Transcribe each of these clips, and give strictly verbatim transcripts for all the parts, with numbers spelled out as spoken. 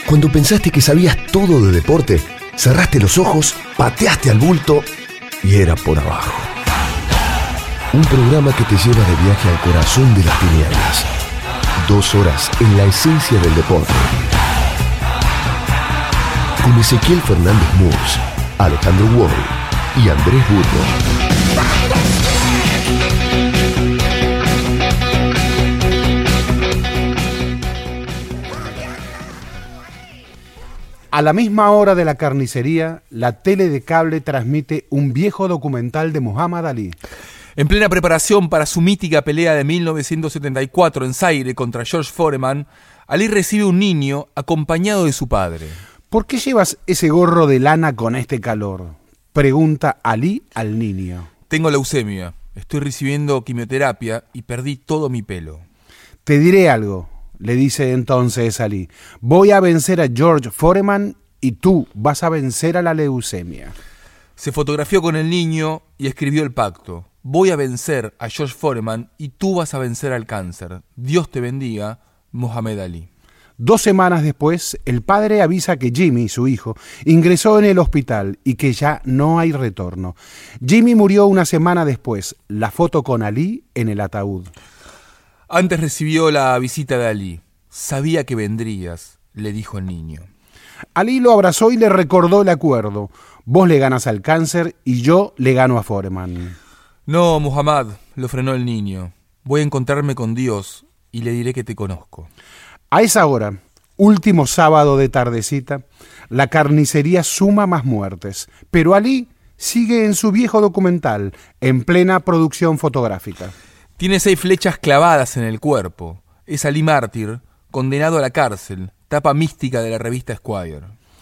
Cuando pensaste que sabías todo de deporte, cerraste los ojos, pateaste al bulto y era por abajo. Un programa que te lleva de viaje al corazón de las tinieblas. Dos horas en la esencia del deporte. Con Ezequiel Fernández Murs, Alejandro Wall y Andrés Burgo. A la misma hora de la carnicería, la tele de cable transmite un viejo documental de Muhammad Ali. En plena preparación para su mítica pelea de mil novecientos setenta y cuatro en Zaire contra George Foreman, Ali recibe un niño acompañado de su padre. ¿Por qué llevas ese gorro de lana con este calor?, pregunta Ali al niño. Tengo leucemia, estoy recibiendo quimioterapia y perdí todo mi pelo. Te diré algo, le dice entonces Ali. Voy a vencer a George Foreman y tú vas a vencer a la leucemia. Se fotografió con el niño y escribió el pacto. Voy a vencer a George Foreman y tú vas a vencer al cáncer. Dios te bendiga, Muhammad Ali. Dos semanas después, el padre avisa que Jimmy, su hijo, ingresó en el hospital y que ya no hay retorno. Jimmy murió una semana después. La foto con Ali en el ataúd. Antes recibió la visita de Ali. Sabía que vendrías, le dijo el niño. Ali lo abrazó y le recordó el acuerdo. Vos le ganas al cáncer y yo le gano a Foreman. No, Muhammad, lo frenó el niño. Voy a encontrarme con Dios y le diré que te conozco. A esa hora, último sábado de tardecita, la carnicería suma más muertes, pero Ali sigue en su viejo documental, en plena producción fotográfica. Tiene seis flechas clavadas en el cuerpo. Es Ali mártir, condenado a la cárcel, tapa mística de la revista Esquire.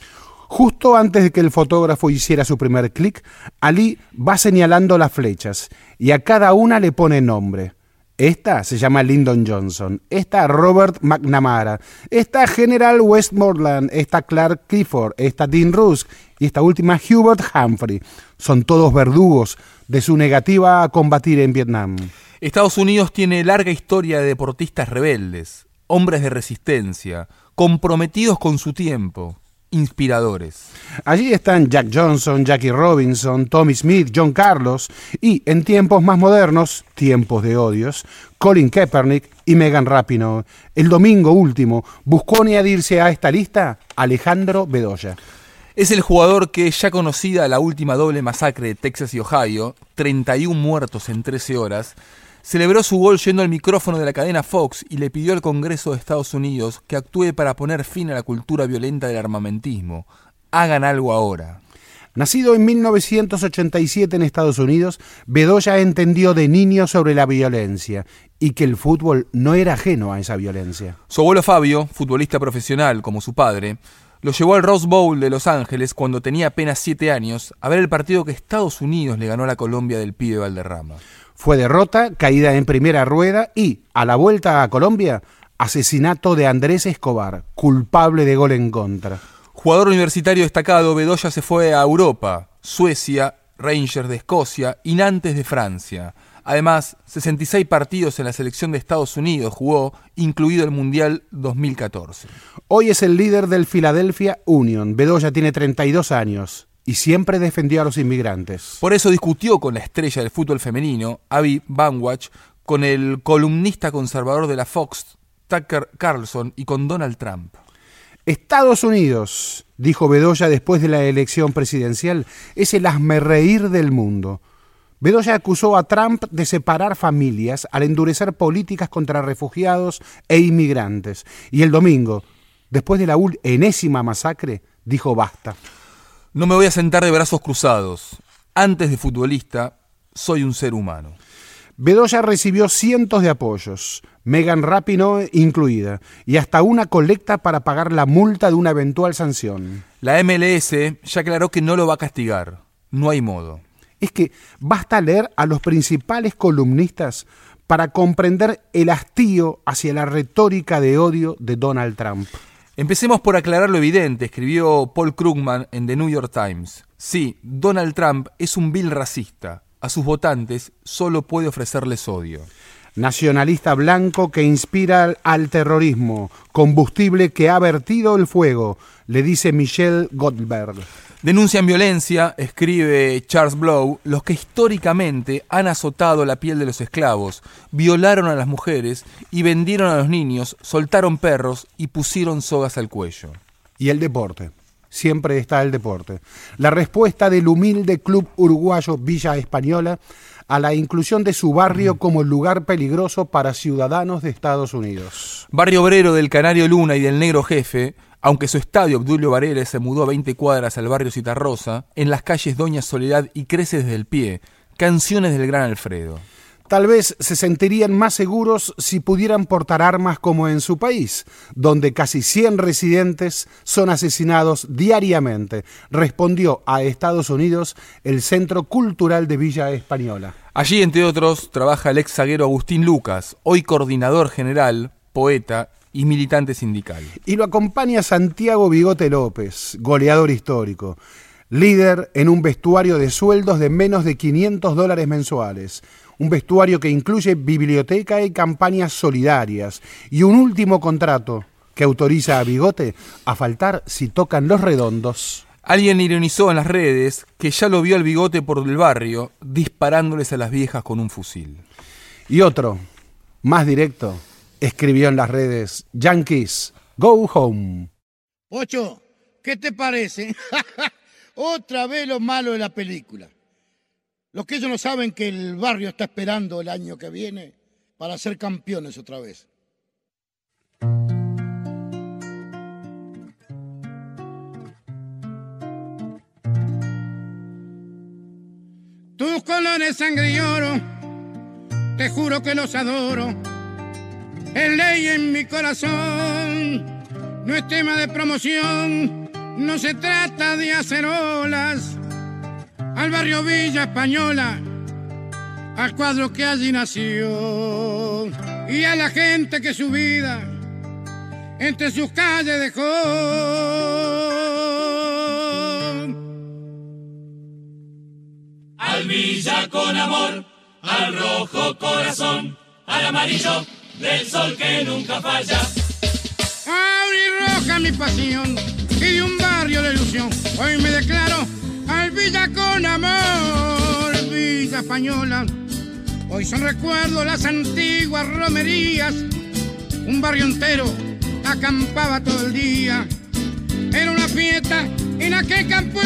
Justo antes de que el fotógrafo hiciera su primer clic, Ali va señalando las flechas y a cada una le pone nombre. Esta se llama Lyndon Johnson, esta Robert McNamara, esta General Westmoreland, esta Clark Clifford, esta Dean Rusk y esta última Hubert Humphrey. Son todos verdugos de su negativa a combatir en Vietnam. Estados Unidos tiene larga historia de deportistas rebeldes, hombres de resistencia, comprometidos con su tiempo, inspiradores. Allí están Jack Johnson, Jackie Robinson, Tommy Smith, John Carlos y, en tiempos más modernos, tiempos de odios, Colin Kaepernick y Megan Rapinoe. El domingo último buscó añadirse a esta lista Alejandro Bedoya. Es el jugador que, ya conocida la última doble masacre de Texas y Ohio, treinta y uno muertos en trece horas, celebró su gol yendo al micrófono de la cadena Fox y le pidió al Congreso de Estados Unidos que actúe para poner fin a la cultura violenta del armamentismo. Hagan algo ahora. Nacido en mil novecientos ochenta y siete en Estados Unidos, Bedoya entendió de niño sobre la violencia y que el fútbol no era ajeno a esa violencia. Su abuelo Fabio, futbolista profesional como su padre, lo llevó al Rose Bowl de Los Ángeles cuando tenía apenas siete años a ver el partido que Estados Unidos le ganó a la Colombia del pibe Valderrama. Fue derrota, caída en primera rueda y, a la vuelta a Colombia, asesinato de Andrés Escobar, culpable de gol en contra. Jugador universitario destacado, Bedoya se fue a Europa, Suecia, Rangers de Escocia y Nantes de Francia. Además, sesenta y seis partidos en la selección de Estados Unidos jugó, incluido el Mundial dos mil catorce. Hoy es el líder del Philadelphia Union. Bedoya tiene treinta y dos años. Y siempre defendió a los inmigrantes. Por eso discutió con la estrella del fútbol femenino, Abby Banwatch, con el columnista conservador de la Fox, Tucker Carlson, y con Donald Trump. Estados Unidos, dijo Bedoya después de la elección presidencial, es el hazmerreír del mundo. Bedoya acusó a Trump de separar familias al endurecer políticas contra refugiados e inmigrantes. Y el domingo, después de la enésima masacre, dijo basta. No me voy a sentar de brazos cruzados. Antes de futbolista, soy un ser humano. Bedoya recibió cientos de apoyos, Megan Rapinoe incluida, y hasta una colecta para pagar la multa de una eventual sanción. La M L S ya aclaró que no lo va a castigar. No hay modo. Es que basta leer a los principales columnistas para comprender el hastío hacia la retórica de odio de Donald Trump. Empecemos por aclarar lo evidente, escribió Paul Krugman en The New York Times. Sí, Donald Trump es un vil racista. A sus votantes solo puede ofrecerles odio. nacionalista blanco que inspira al terrorismo, combustible que ha vertido el fuego, le dice Michel Goldberg. Denuncian violencia, escribe Charles Blow, los que históricamente han azotado la piel de los esclavos, violaron a las mujeres y vendieron a los niños, soltaron perros y pusieron sogas al cuello. Y el deporte. Siempre está el deporte. La respuesta del humilde club uruguayo Villa Española a la inclusión de su barrio como lugar peligroso para ciudadanos de Estados Unidos. Barrio obrero del Canario Luna y del Negro Jefe, aunque su estadio Obdulio Varela se mudó a veinte cuadras al barrio Citarrosa, en las calles Doña Soledad y crece desde el pie, canciones del gran Alfredo. Tal vez se sentirían más seguros si pudieran portar armas como en su país, donde casi cien residentes son asesinados diariamente, respondió a Estados Unidos el Centro Cultural de Villa Española. Allí, entre otros, trabaja el ex zaguero Agustín Lucas, hoy coordinador general, poeta y militante sindical. Y lo acompaña Santiago Bigote López, goleador histórico, líder en un vestuario de sueldos de menos de quinientos dólares mensuales. Un vestuario que incluye biblioteca y campañas solidarias. Y un último contrato que autoriza a Bigote a faltar si tocan los redondos. Alguien ironizó en las redes que ya lo vio al Bigote por el barrio disparándoles a las viejas con un fusil. Y otro, más directo, escribió en las redes: Yankees, go home. Pocho, ¿qué te parece? Otra vez lo malo de la película. Los que ellos no saben que el barrio está esperando el año que viene para ser campeones otra vez. Tus colores sangre y oro, te juro que los adoro. Es ley en mi corazón, no es tema de promoción, no se trata de hacer olas. Al barrio Villa Española, al cuadro que allí nació, y a la gente que su vida entre sus calles dejó. Al Villa con amor, al rojo corazón, al amarillo del sol que nunca falla. Auri roja mi pasión y de un barrio de ilusión, hoy me declaro al Villa con amor, Villa Española. Hoy son recuerdos las antiguas romerías, un barrio entero acampaba todo el día. Era una fiesta en aquel campo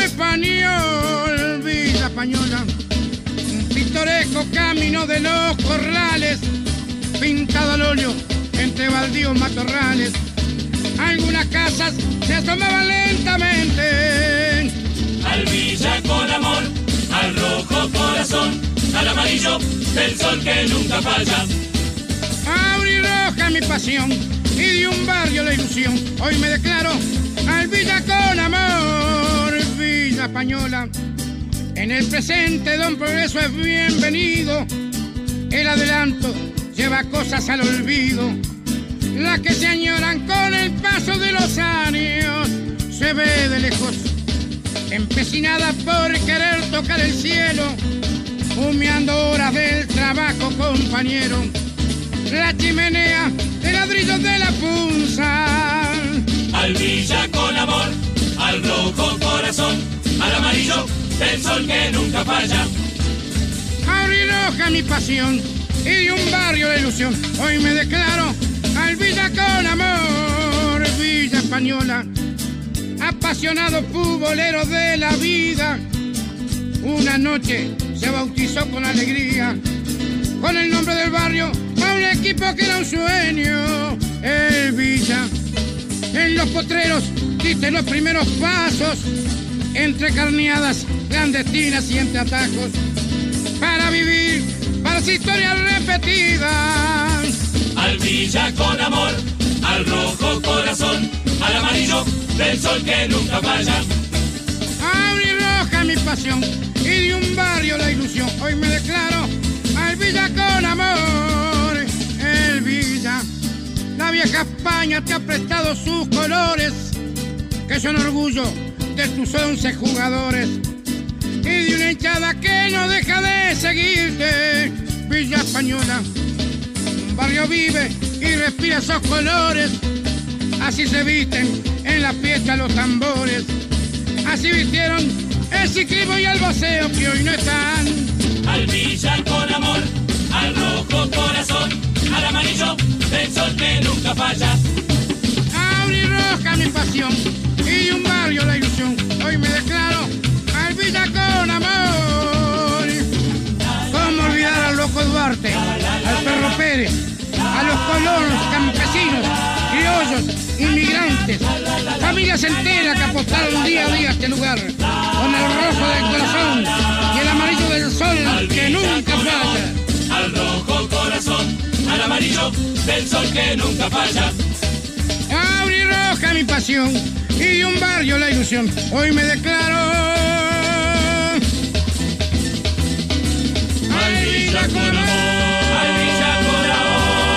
español, Villa Española. Un pintoresco camino de los corrales, pintado al óleo entre baldíos matorrales. Algunas casas se asomaban lentamente. Al Villa con amor, al rojo corazón, al amarillo del sol que nunca falla. Auriroja mi pasión y de un barrio la ilusión, hoy me declaro al Villa con amor, Villa Española. En el presente don Progreso es bienvenido, el adelanto lleva cosas al olvido, las que se añoran con el paso de los años, se ve de lejos, empecinada por querer tocar el cielo, humeando horas del trabajo, compañero. La chimenea de ladrillos de la punza. Al Villa con amor, al rojo corazón, al amarillo del sol que nunca falla. Auriroja mi pasión y de un barrio de ilusión, hoy me declaro al Villa con amor, Villa Española. Apasionado futbolero de la vida, una noche se bautizó con alegría, con el nombre del barrio, a un equipo que era un sueño, el Villa. En los potreros diste los primeros pasos, entre carneadas clandestinas y entre atajos, para vivir para las historias repetidas. Al Villa con amor, al rojo corazón, al amarillo del sol que nunca falla. Auriroja mi pasión y de un barrio la ilusión, hoy me declaro al Villa con amor, el Villa. La vieja España te ha prestado sus colores, que son orgullo de tus once jugadores, y de una hinchada que no deja de seguirte, Villa Española. barrio vive y respira esos colores. Así se visten en la fiesta los tambores. Así vistieron el ciclismo y el boxeo que hoy no están. Al Villa con amor, al rojo corazón, al amarillo del sol que nunca falla. Auriroja mi pasión y un barrio la ilusión. Hoy me declaro al Villa con amor. ¿Cómo olvidar al loco Duarte, al Perro Pérez, a los colonos, campesinos, criollos, inmigrantes, familias enteras que apostaron día a día a este lugar, con el rojo del corazón y el amarillo del sol que nunca falla? Al rojo corazón, al amarillo del sol que nunca falla. Auriroja mi pasión y un barrio la ilusión. Hoy me declaro al Villa con amor, al Villa con amor.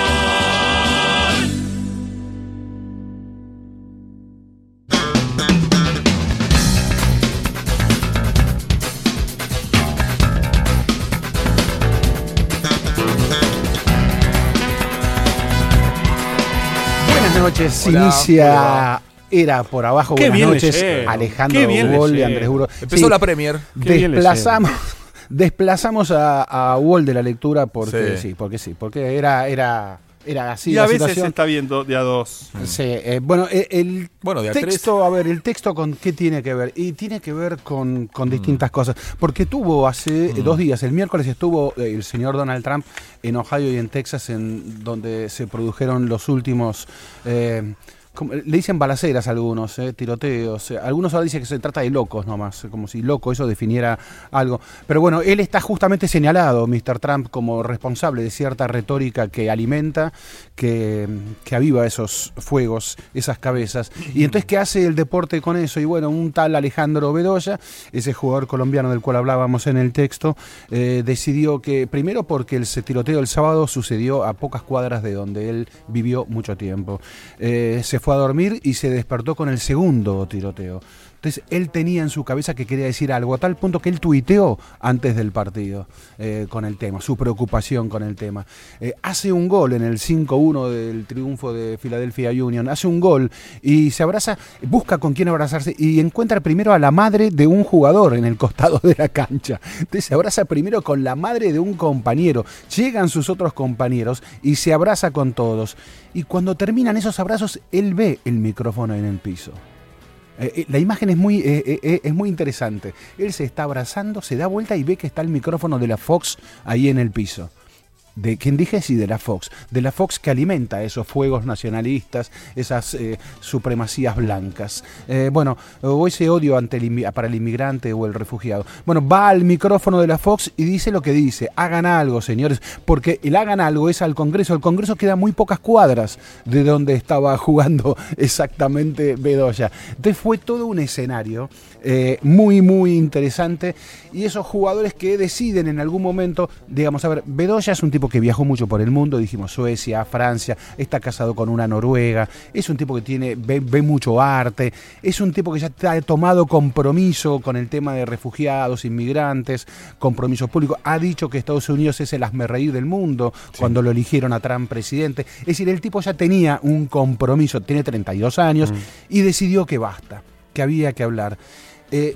Buenas noches, Hola, inicia hola. Era por abajo. Qué Buenas bien noches, leyero. Alejandro Qué bien Wall y leyero. Andrés Buro. Empezó Sí, la Premier. Qué bien desplazamos, desplazamos a, a Wall de la lectura porque sí, Sí. porque sí, porque era, era, era así Y la a veces situación. se está viendo de a dos. Sí, eh, bueno, eh, el Bueno, de a texto, a ver, el texto con qué tiene que ver. Y tiene que ver con, con distintas cosas. Porque tuvo hace eh, dos días, el miércoles estuvo eh, el señor Donald Trump en Ohio y en Texas, en donde se produjeron los últimos... Eh, como- le dicen balaceras a algunos, eh, tiroteos. eh, algunos ahora dicen que se trata de locos nomás, eh, como si loco eso definiera algo. Pero bueno, él está justamente señalado, mister Trump, como responsable de cierta retórica que alimenta, que, que aviva esos fuegos, esas cabezas. Y entonces, ¿qué hace el deporte con eso? Y bueno, un tal Alejandro Bedoya, ese jugador colombiano del cual hablábamos en el texto, eh, decidió que, primero porque el tiroteo el sábado sucedió a pocas cuadras de donde él vivió mucho tiempo. Eh, se fue a dormir y se despertó con el segundo tiroteo. Entonces él tenía en su cabeza que quería decir algo, a tal punto que él tuiteó antes del partido eh, con el tema, su preocupación con el tema. Eh, hace un gol en el cinco uno del triunfo de Philadelphia Union, hace un gol y se abraza, busca con quién abrazarse y encuentra primero a la madre de un jugador en el costado de la cancha. Entonces se abraza primero con la madre de un compañero, llegan sus otros compañeros y se abraza con todos. Y cuando terminan esos abrazos, él ve el micrófono en el piso. Eh, eh, la imagen es muy, eh, eh, es muy interesante. Él se está abrazando, se da vuelta y ve que está el micrófono de la Fox ahí en el piso. ¿De quién dije? Sí, de la Fox. De la Fox que alimenta esos fuegos nacionalistas, esas eh, supremacías blancas. Eh, bueno, o ese odio ante el inmi- para el inmigrante o el refugiado. Bueno, va al micrófono de la Fox y dice lo que dice. Hagan algo, señores. Porque el hagan algo es al Congreso. El Congreso queda a muy pocas cuadras de donde estaba jugando exactamente Bedoya. Entonces fue todo un escenario eh, muy, muy interesante. Y esos jugadores que deciden en algún momento, digamos, a ver, Bedoya es un tipo que viajó mucho por el mundo, dijimos Suecia, Francia, está casado con una noruega, es un tipo que tiene ve, ve mucho arte, es un tipo que ya ha tomado compromiso con el tema de refugiados, inmigrantes, compromisos públicos, ha dicho que Estados Unidos es el hazmerreír del mundo sí. cuando lo eligieron a Trump presidente, es decir, el tipo ya tenía un compromiso, tiene treinta y dos años mm. y decidió que basta, que había que hablar. Eh,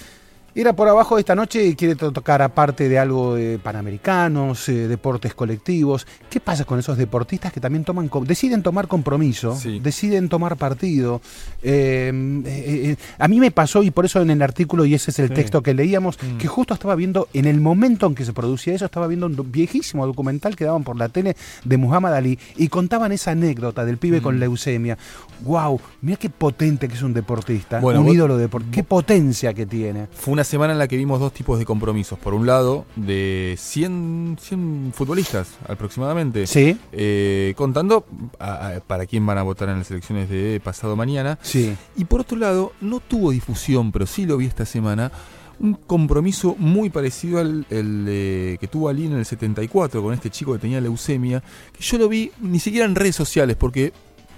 Era por abajo de esta noche y quiere tocar aparte de algo de panamericanos, eh, deportes colectivos. ¿Qué pasa con esos deportistas que también toman, deciden tomar compromiso, sí. deciden tomar partido? Eh, eh, eh, a mí me pasó, y por eso en el artículo, y ese es el sí. texto que leíamos, mm. que justo estaba viendo, en el momento en que se producía eso, estaba viendo un viejísimo documental que daban por la tele de Muhammad Ali y contaban esa anécdota del pibe mm. con leucemia. ¡Wow! Mira qué potente que es un deportista, bueno, un vos, ídolo de deporte. ¡Qué potencia que tiene! Fue una semana en la que vimos dos tipos de compromisos. Por un lado, de cien, cien futbolistas aproximadamente. Sí. Eh, contando a, a, para quién van a votar en las elecciones de pasado mañana. Sí. Y por otro lado, no tuvo difusión, pero sí lo vi esta semana, un compromiso muy parecido al el, eh, que tuvo Ali en el setenta y cuatro con este chico que tenía leucemia. Que yo lo vi ni siquiera en redes sociales, porque...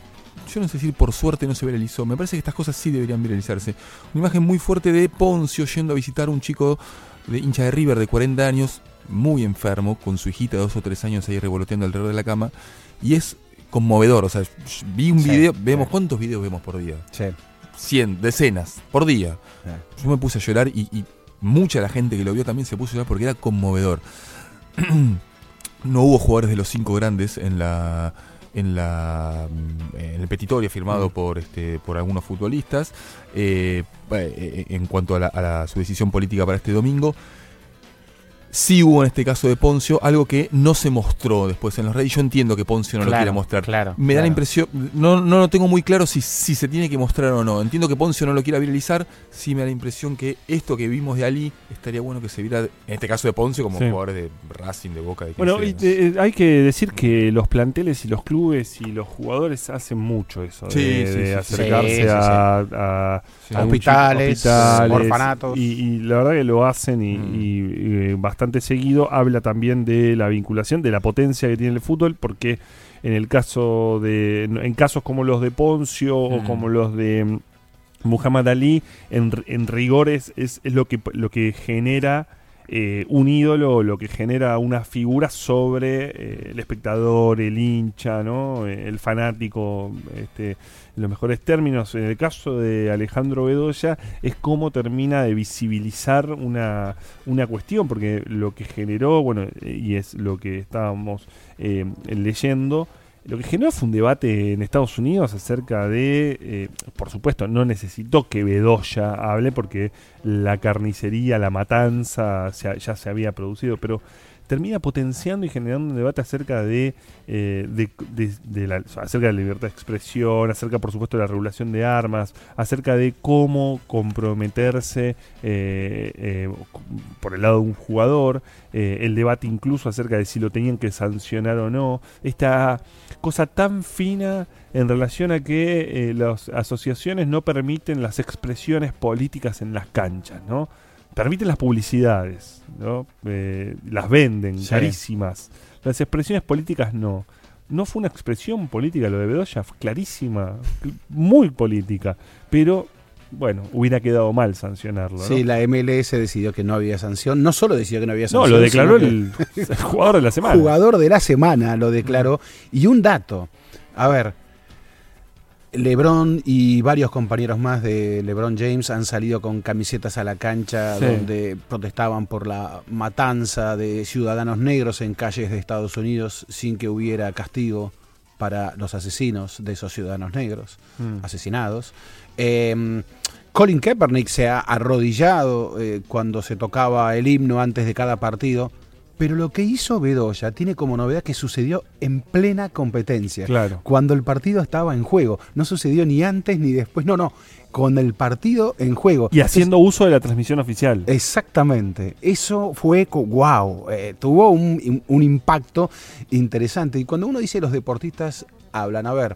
yo no sé si por suerte no se viralizó. Me parece que estas cosas sí deberían viralizarse. Una imagen muy fuerte de Poncio yendo a visitar a un chico de hincha de River de cuarenta años, muy enfermo, con su hijita de dos o tres años ahí revoloteando alrededor de la cama, y es conmovedor. O sea, vi un Sí, video, vemos, sí. ¿cuántos videos vemos por día? Sí. cien, decenas, por día. Sí. Yo me puse a llorar y, y mucha de la gente que lo vio también se puso a llorar porque era conmovedor. No hubo jugadores de los cinco grandes en la en la en el petitorio firmado mm. por este por algunos futbolistas eh, en cuanto a, la, a la, su decisión política para este domingo. Sí hubo en este caso de Poncio algo que no se mostró después en los redes. Yo entiendo que Poncio no claro, lo quiera mostrar. Claro, Me claro. da la impresión, no, no lo tengo muy claro si, si se tiene que mostrar o no. Entiendo que Poncio no lo quiera viralizar. Sí me da la impresión que esto que vimos de Ali estaría bueno que se viera, en este caso de Poncio, como sí. jugadores de Racing, de Boca. De bueno, y, eh, hay que decir que los planteles y los clubes y los jugadores hacen mucho eso. Sí, de, sí, de sí, acercarse sí, sí, a, a, sí. a hospitales, hospitales, orfanatos. Y, y la verdad que lo hacen y, Mm. y eh, bastante seguido. Habla también de la vinculación, de la potencia que tiene el fútbol, porque en el caso de, en casos como los de Poncio mm. o como los de Muhammad Ali, en, en rigor es, es, es lo que lo que genera eh, un ídolo, lo que genera una figura sobre eh, el espectador, el hincha, ¿no? El fanático, este, en los mejores términos. En el caso de Alejandro Bedoya es cómo termina de visibilizar una, una cuestión, porque lo que generó, bueno, y es lo que estábamos eh, leyendo, lo que generó fue un debate en Estados Unidos acerca de, eh, por supuesto, no necesitó que Bedoya hable porque la carnicería, la matanza se, ya se había producido, pero termina potenciando y generando un debate acerca de, eh, de, de, de la, acerca de la libertad de expresión, acerca, por supuesto, de la regulación de armas, acerca de cómo comprometerse eh, eh, por el lado de un jugador, eh, el debate incluso acerca de si lo tenían que sancionar o no, esta cosa tan fina en relación a que eh, las asociaciones no permiten las expresiones políticas en las canchas, ¿no? Permiten las publicidades, ¿no? Eh, las venden, sí. carísimas. Las expresiones políticas no. No fue una expresión política lo de Bedoya, fue clarísima, muy política. Pero, bueno, hubiera quedado mal sancionarlo, ¿no? Sí, la M L S decidió que no había sanción. No solo decidió que no había sanción. No, lo declaró que... el, el jugador de la semana. Jugador de la semana lo declaró. Y un dato. A ver, LeBron y varios compañeros más de LeBron James han salido con camisetas a la cancha, sí. donde protestaban por la matanza de ciudadanos negros en calles de Estados Unidos sin que hubiera castigo para los asesinos de esos ciudadanos negros mm. asesinados. Eh, Colin Kaepernick se ha arrodillado eh, cuando se tocaba el himno antes de cada partido. Pero lo que hizo Bedoya tiene como novedad que sucedió en plena competencia. Claro. Cuando el partido estaba en juego. No sucedió ni antes ni después. No, no. Con el partido en juego. Y haciendo Entonces, uso de la transmisión oficial. Exactamente. Eso fue, wow. Eh, tuvo un, un impacto interesante. Y cuando uno dice los deportistas hablan, a ver,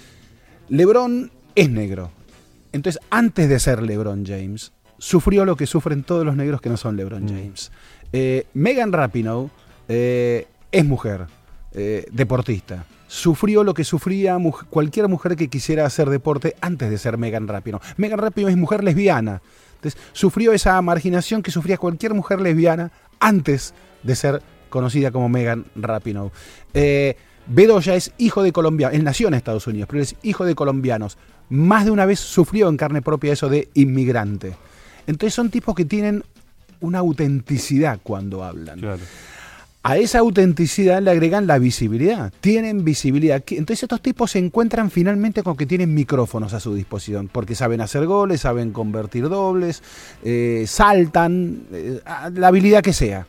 LeBron es negro. Entonces, antes de ser LeBron James, sufrió lo que sufren todos los negros que no son LeBron mm. James. Eh, Megan Rapinoe eh, es mujer, eh, deportista. Sufrió lo que sufría mujer, cualquier mujer que quisiera hacer deporte antes de ser Megan Rapinoe. Megan Rapinoe es mujer lesbiana. Entonces, sufrió esa marginación que sufría cualquier mujer lesbiana antes de ser conocida como Megan Rapinoe. Eh, Bedoya es hijo de colombianos. Él nació en Estados Unidos, pero es hijo de colombianos. Más de una vez sufrió en carne propia eso de inmigrante. Entonces son tipos que tienen una autenticidad cuando hablan. Claro. A esa autenticidad le agregan la visibilidad. Tienen visibilidad. Entonces estos tipos se encuentran finalmente con que tienen micrófonos a su disposición, porque saben hacer goles, saben convertir dobles, eh, saltan, eh, la habilidad que sea.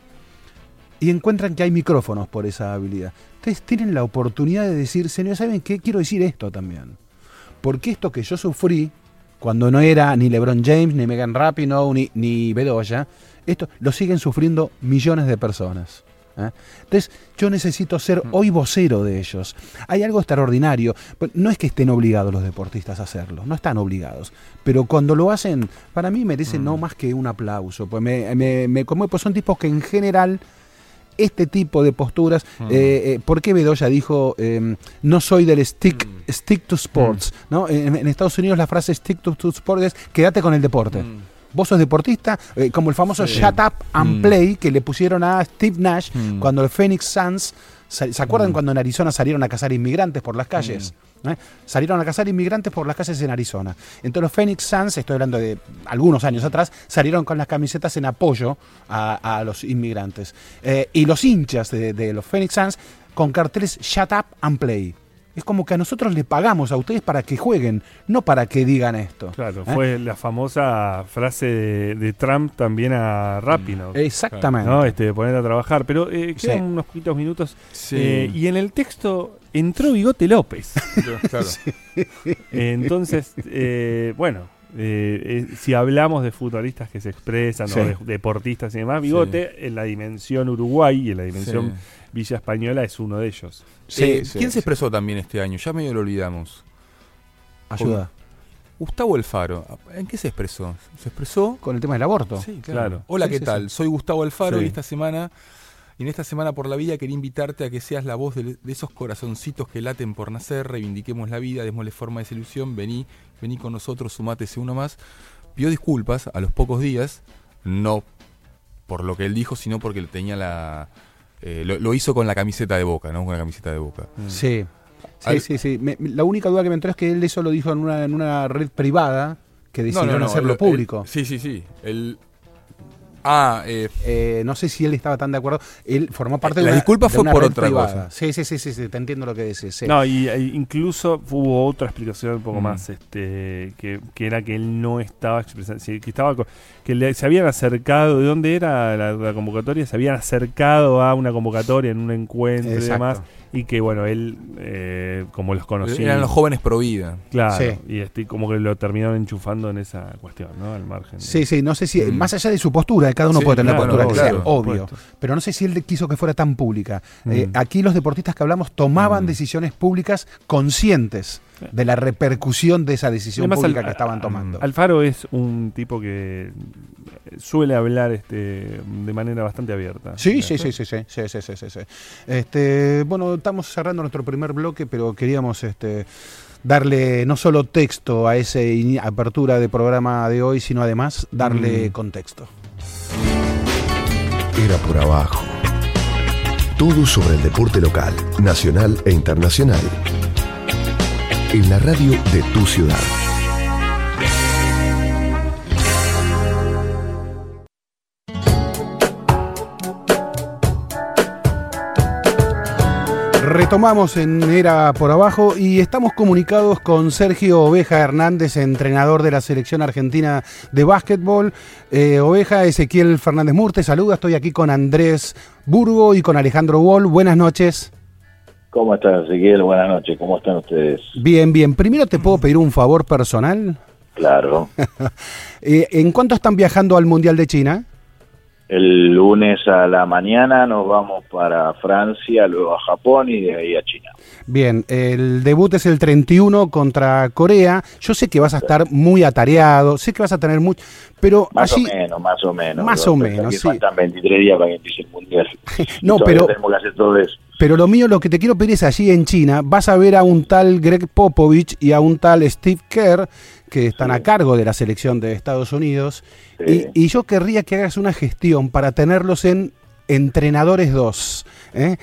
Y encuentran que hay micrófonos por esa habilidad. Entonces tienen la oportunidad de decir, señor, ¿saben qué? Quiero decir esto también. Porque esto que yo sufrí, cuando no era ni LeBron James, ni Megan Rapinoe, ni, ni Bedoya, esto lo siguen sufriendo millones de personas. ¿eh? Entonces, yo necesito ser hoy vocero de ellos. Hay algo extraordinario. No es que estén obligados los deportistas a hacerlo, no están obligados. Pero cuando lo hacen, para mí merecen mm. no más que un aplauso. Pues me, me, me conmueve, pues son tipos que en general este tipo de posturas, mm. eh, eh, ¿por qué Bedoya dijo eh, no soy del stick, mm. stick to sports? Mm. ¿no? En, en Estados Unidos la frase stick to, to sports es quédate con el deporte. Mm. vos sos deportista, eh, como el famoso Sí. Shut Up and Mm. Play que le pusieron a Steve Nash Mm. cuando el Phoenix Suns, ¿se se acuerdan Mm. cuando en Arizona salieron a cazar inmigrantes por las calles? ¿Eh? Salieron a cazar inmigrantes por las calles en Arizona. Entonces los Phoenix Suns, estoy hablando de algunos años atrás, salieron con las camisetas en apoyo a, a los inmigrantes. Eh, y los hinchas de, de los Phoenix Suns con carteles Shut Up and Play. Es como que a nosotros le pagamos a ustedes para que jueguen, no para que digan esto. Claro, ¿Eh? fue la famosa frase de, de Trump también a Rapinoe. Exactamente. ¿No? Este, de poner a trabajar. Pero eh, quedan Sí. unos poquitos minutos. Sí. Eh, y en el texto entró Bigote López. Claro. Entonces, eh, bueno, eh, eh, si hablamos de futbolistas que se expresan Sí. o de deportistas y demás, Bigote en la dimensión Uruguay y en la dimensión Sí. Villa Española es uno de ellos. Sí, Eh, sí, ¿Quién sí. se expresó también este año? Ya medio lo olvidamos. Ayuda. Gustavo Alfaro. ¿En qué se expresó? ¿Se expresó? Con el tema del aborto. Sí, Claro. Hola, Sí, ¿qué sí, tal? Soy Gustavo Alfaro Sí. y esta semana, y en esta semana por la vida quería invitarte a que seas la voz de, de esos corazoncitos que laten por nacer, reivindiquemos la vida, démosle forma a esa ilusión, vení, vení con nosotros, sumátese uno más. Pidió disculpas a los pocos días, no por lo que él dijo, sino porque tenía la... eh, lo, lo hizo con la camiseta de Boca, ¿no? Con la camiseta de Boca. Sí. Sí, Al- sí, sí. Me- la única duda que me entró es que él eso lo dijo en una, en una red privada que No, decidieron no, no, hacerlo él- público. él- sí, sí, sí. El, ah, eh, Eh, no sé si él estaba tan de acuerdo. Él formó parte La de una, disculpa de fue una por red otra privada. cosa. Sí, sí, sí, sí, sí, te entiendo lo que decís. Sí. No, y, e incluso hubo otra explicación un poco Mm. más, este, que, que era que él no estaba expresando, sí, que estaba, co- que le- se habían acercado, ¿de dónde era la, la convocatoria? Se habían acercado a una convocatoria en un encuentro y Exacto. demás, y que bueno, él, eh, como los conocía, eran los jóvenes pro vida. claro, Sí. y este, como que lo terminaron enchufando en esa cuestión, ¿no? Al margen. Sí, sí, no sé si, Mm. más allá de su postura, cada uno Sí, puede tener claro, la postura que claro, sea, por obvio, supuesto. pero no sé si él quiso que fuera tan pública. Eh, Mm. aquí los deportistas que hablamos tomaban Mm. decisiones públicas conscientes de la repercusión de esa decisión Además, pública Al- que estaban tomando. Alfaro es un tipo que suele hablar este, de manera bastante abierta. Sí, sí, sí, sí, sí, sí, sí, sí, sí, sí. Este, bueno, estamos cerrando nuestro primer bloque, pero queríamos este, darle no solo texto a esa apertura de programa de hoy, sino además darle Mm. contexto. Era por abajo. Todo sobre el deporte local, nacional e internacional. En la radio de tu ciudad. Retomamos en Era por Abajo y estamos comunicados con Sergio Oveja Hernández, entrenador de la selección argentina de básquetbol. Eh, Oveja, Ezequiel Fernández Mur, te saluda. Estoy aquí con Andrés Burgo y con Alejandro Wall. Buenas noches. ¿Cómo estás, Ezequiel? Buenas noches. ¿Cómo están ustedes? Bien, bien. Primero te puedo pedir un favor personal. Claro. Eh, ¿En cuánto están viajando al Mundial de China? El lunes a la mañana nos vamos para Francia, luego a Japón y de ahí a China. Bien, el debut es el treinta y uno contra Corea. Yo sé que vas a estar muy atareado, sé que vas a tener mucho, pero Más allí... o menos, más o menos. Más ¿no? o Pensá menos, que sí. Faltan veintitrés días para que empiece el Mundial. No, Y todavía pero- tenemos que hacer todo eso. Pero lo mío, lo que te quiero pedir es allí en China, vas a ver a un tal Greg Popovich y a un tal Steve Kerr, que están Sí. a cargo de la selección de Estados Unidos, Sí. y, y yo querría que hagas una gestión para tenerlos en Entrenadores dos. ¿eh?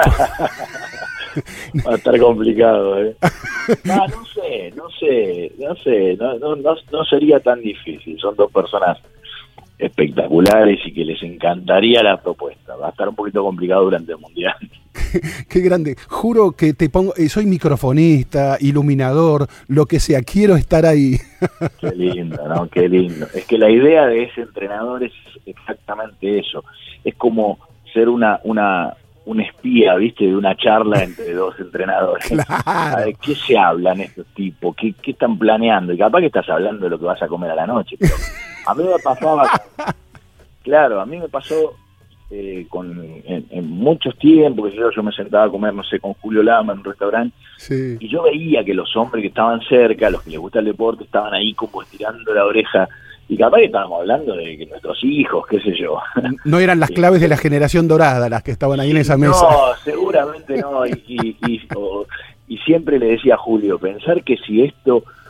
Va a estar complicado, ¿eh? No, no sé, no sé, no sé, no, no, no, no sería tan difícil. Son dos personas espectaculares y que les encantaría la propuesta. Va a estar un poquito complicado durante el Mundial. Qué grande. Juro que te pongo, eh, soy microfonista, iluminador, lo que sea, quiero estar ahí. Qué lindo, ¿no? Qué lindo. Es que la idea de ese entrenador es exactamente eso. Es como ser una una un espía, ¿viste? De una charla entre dos entrenadores. Claro. ¿De qué se hablan estos tipos? ¿Qué, ¿Qué están planeando? Y capaz que estás hablando de lo que vas a comer a la noche. Pero a mí me pasaba... Claro, a mí me pasó eh, con en, en muchos tiempos que yo, yo me sentaba a comer, no sé, con Julio Lama en un restaurante, Sí. y yo veía que los hombres que estaban cerca, los que les gusta el deporte, estaban ahí como estirando la oreja, y capaz que estábamos hablando de que nuestros hijos, qué sé yo. No eran las claves de la generación dorada las que estaban ahí en esa mesa. No, seguramente no, y, y, y, o- y siempre le decía a Julio, pensar que si esto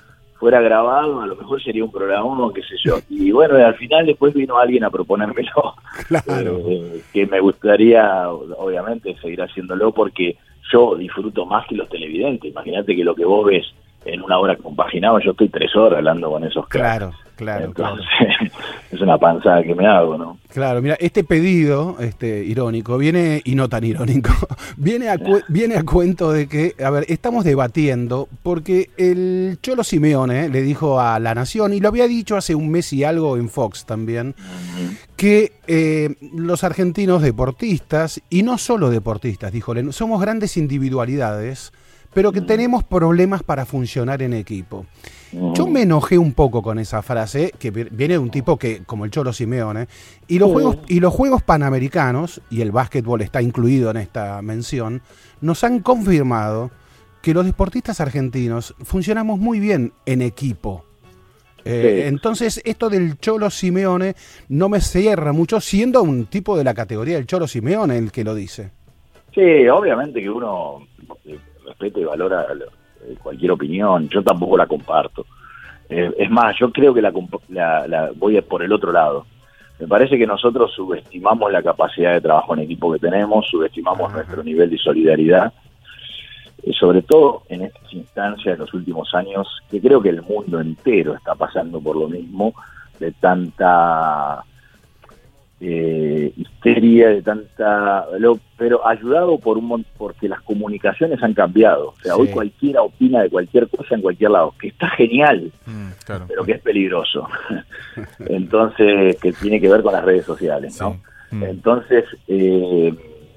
fuera grabado, a lo mejor sería un programa, qué sé yo. Y bueno, al final después vino alguien a proponérmelo. Claro. Eh, que me gustaría, obviamente, seguir haciéndolo porque yo disfruto más que los televidentes. Imagínate que lo que vos ves en una hora compaginada, yo estoy tres horas hablando con esos cracks. Claro, claro. Entonces, claro. es una panzada que me hago, ¿no? Claro, mira, este pedido, este irónico, viene, y no tan irónico, viene a, cu- viene a cuento de que, a ver, estamos debatiendo, porque el Cholo Simeone le dijo a La Nación, y lo había dicho hace un mes y algo en Fox también, uh-huh. que eh, los argentinos deportistas, y no solo deportistas, dijo, somos grandes individualidades, pero que tenemos problemas para funcionar en equipo. Yo me enojé un poco con esa frase, que viene de un tipo que, como el Cholo Simeone, y los juegos, y los Juegos Panamericanos, y el básquetbol está incluido en esta mención, nos han confirmado que los deportistas argentinos funcionamos muy bien en equipo. Eh, sí. Entonces, esto del Cholo Simeone no me cierra mucho, siendo un tipo de la categoría del Cholo Simeone el que lo dice. Sí, obviamente que uno respeta y valora cualquier opinión, yo tampoco la comparto. Eh, es más, yo creo que la, la, la voy por el otro lado. Me parece que nosotros subestimamos la capacidad de trabajo en equipo que tenemos, subestimamos Ajá. nuestro nivel de solidaridad, eh, sobre todo en estas instancias de los últimos años, que creo que el mundo entero está pasando por lo mismo, de tanta eh, histeria, de tanta... Lo, pero ayudado por un porque las comunicaciones han cambiado. O sea, sí. hoy cualquiera opina de cualquier cosa en cualquier lado, que está genial, mm, claro. pero que es peligroso. Entonces, que tiene que ver con las redes sociales, ¿no? Sí. Mm. Entonces, eh,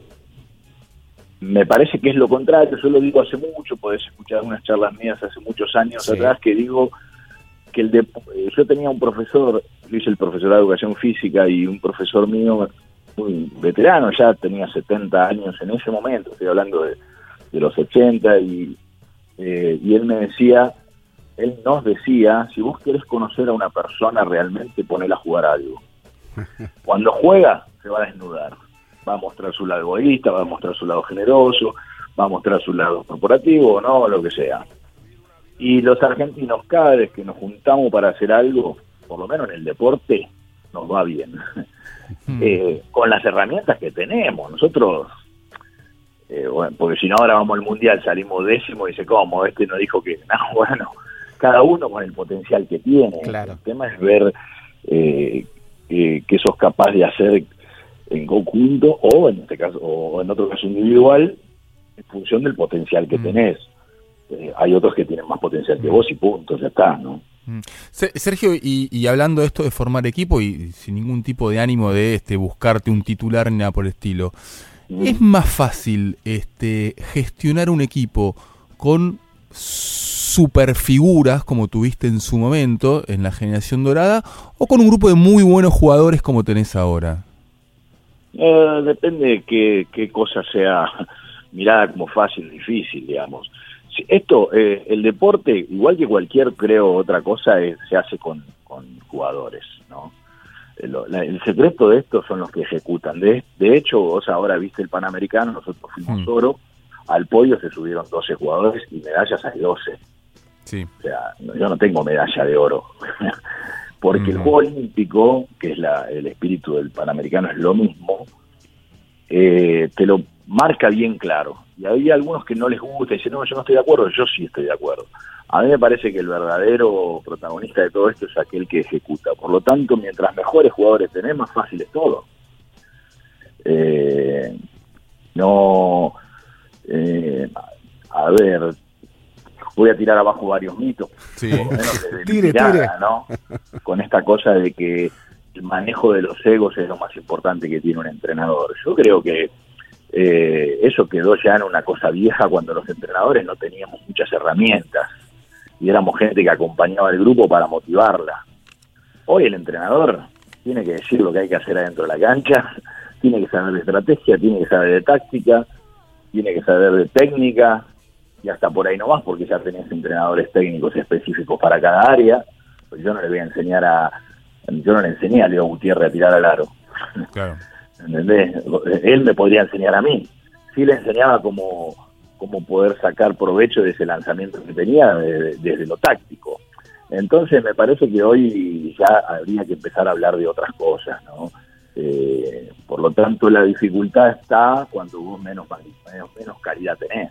me parece que es lo contrario. Yo lo digo hace mucho, podés escuchar unas charlas mías hace muchos años sí. atrás, que digo que el de, eh, yo tenía un profesor, yo hice el profesorado de educación física, y un profesor mío muy veterano, ya tenía setenta años en ese momento, estoy hablando de, de los ochenta, y, eh, y él me decía, él nos decía, si vos querés conocer a una persona realmente, ponela a jugar algo. Cuando juega, se va a desnudar, va a mostrar su lado egoísta, va a mostrar su lado generoso, va a mostrar su lado corporativo, no, lo que sea. Y los argentinos, cada vez que nos juntamos para hacer algo, por lo menos en el deporte, nos va bien. Mm. Eh, con las herramientas que tenemos. Nosotros, eh, bueno, porque si no ahora vamos al Mundial, salimos décimo y dice, ¿cómo? Este nos dijo que... No, bueno, cada uno con el potencial que tiene. Claro. El tema es ver eh, eh, qué sos capaz de hacer en conjunto, o en este caso, o en otro caso individual, en función del potencial que mm. tenés. Eh, hay otros que tienen más potencial que vos y punto, ya está, ¿no? Sergio, y, y hablando de esto de formar equipo y sin ningún tipo de ánimo de este buscarte un titular ni nada por el estilo, mm. ¿es más fácil este gestionar un equipo con superfiguras como tuviste en su momento en la generación dorada, o con un grupo de muy buenos jugadores como tenés ahora? Eh, depende de qué, qué cosa sea mirada como fácil, difícil, digamos. Esto, eh, el deporte, igual que cualquier, creo, otra cosa, es, se hace con, con jugadores, ¿no? El, la, el secreto de esto son los que ejecutan. De, de hecho, vos ahora viste el Panamericano, nosotros fuimos mm. oro, al podio se subieron doce jugadores y medallas hay doce. Sí. O sea, no, yo no tengo medalla de oro. Porque mm. el Juego Olímpico, que es la, el espíritu del Panamericano, es lo mismo, eh, te lo marca bien claro. Y hay algunos que no les gusta y dicen, no, yo no estoy de acuerdo. Yo sí estoy de acuerdo. A mí me parece que el verdadero protagonista de todo esto es aquel que ejecuta. Por lo tanto, mientras mejores jugadores tenés, más fácil es todo. Eh, no... Eh, a ver, voy a tirar abajo varios mitos. Sí. Por lo menos desde tire, mi mirada, tire. ¿no? Con esta cosa de que el manejo de los egos es lo más importante que tiene un entrenador. Yo creo que Eh, eso quedó ya en una cosa vieja cuando los entrenadores no teníamos muchas herramientas y éramos gente que acompañaba al grupo para motivarla. Hoy el entrenador tiene que decir lo que hay que hacer adentro de la cancha, tiene que saber de estrategia, tiene que saber de táctica, tiene que saber de técnica, y hasta por ahí no más, porque ya tenés entrenadores técnicos específicos para cada área. Pues yo no le voy a enseñar a yo no le enseñé a Leo Gutiérrez a tirar al aro. Claro. ¿Entendés? Él me podría enseñar a mí. Sí le enseñaba cómo, cómo poder sacar provecho de ese lanzamiento que tenía de, de, desde lo táctico. Entonces me parece que hoy ya habría que empezar a hablar de otras cosas, ¿no? Eh, por lo tanto, la dificultad está cuando vos menos, menos, menos calidad tenés.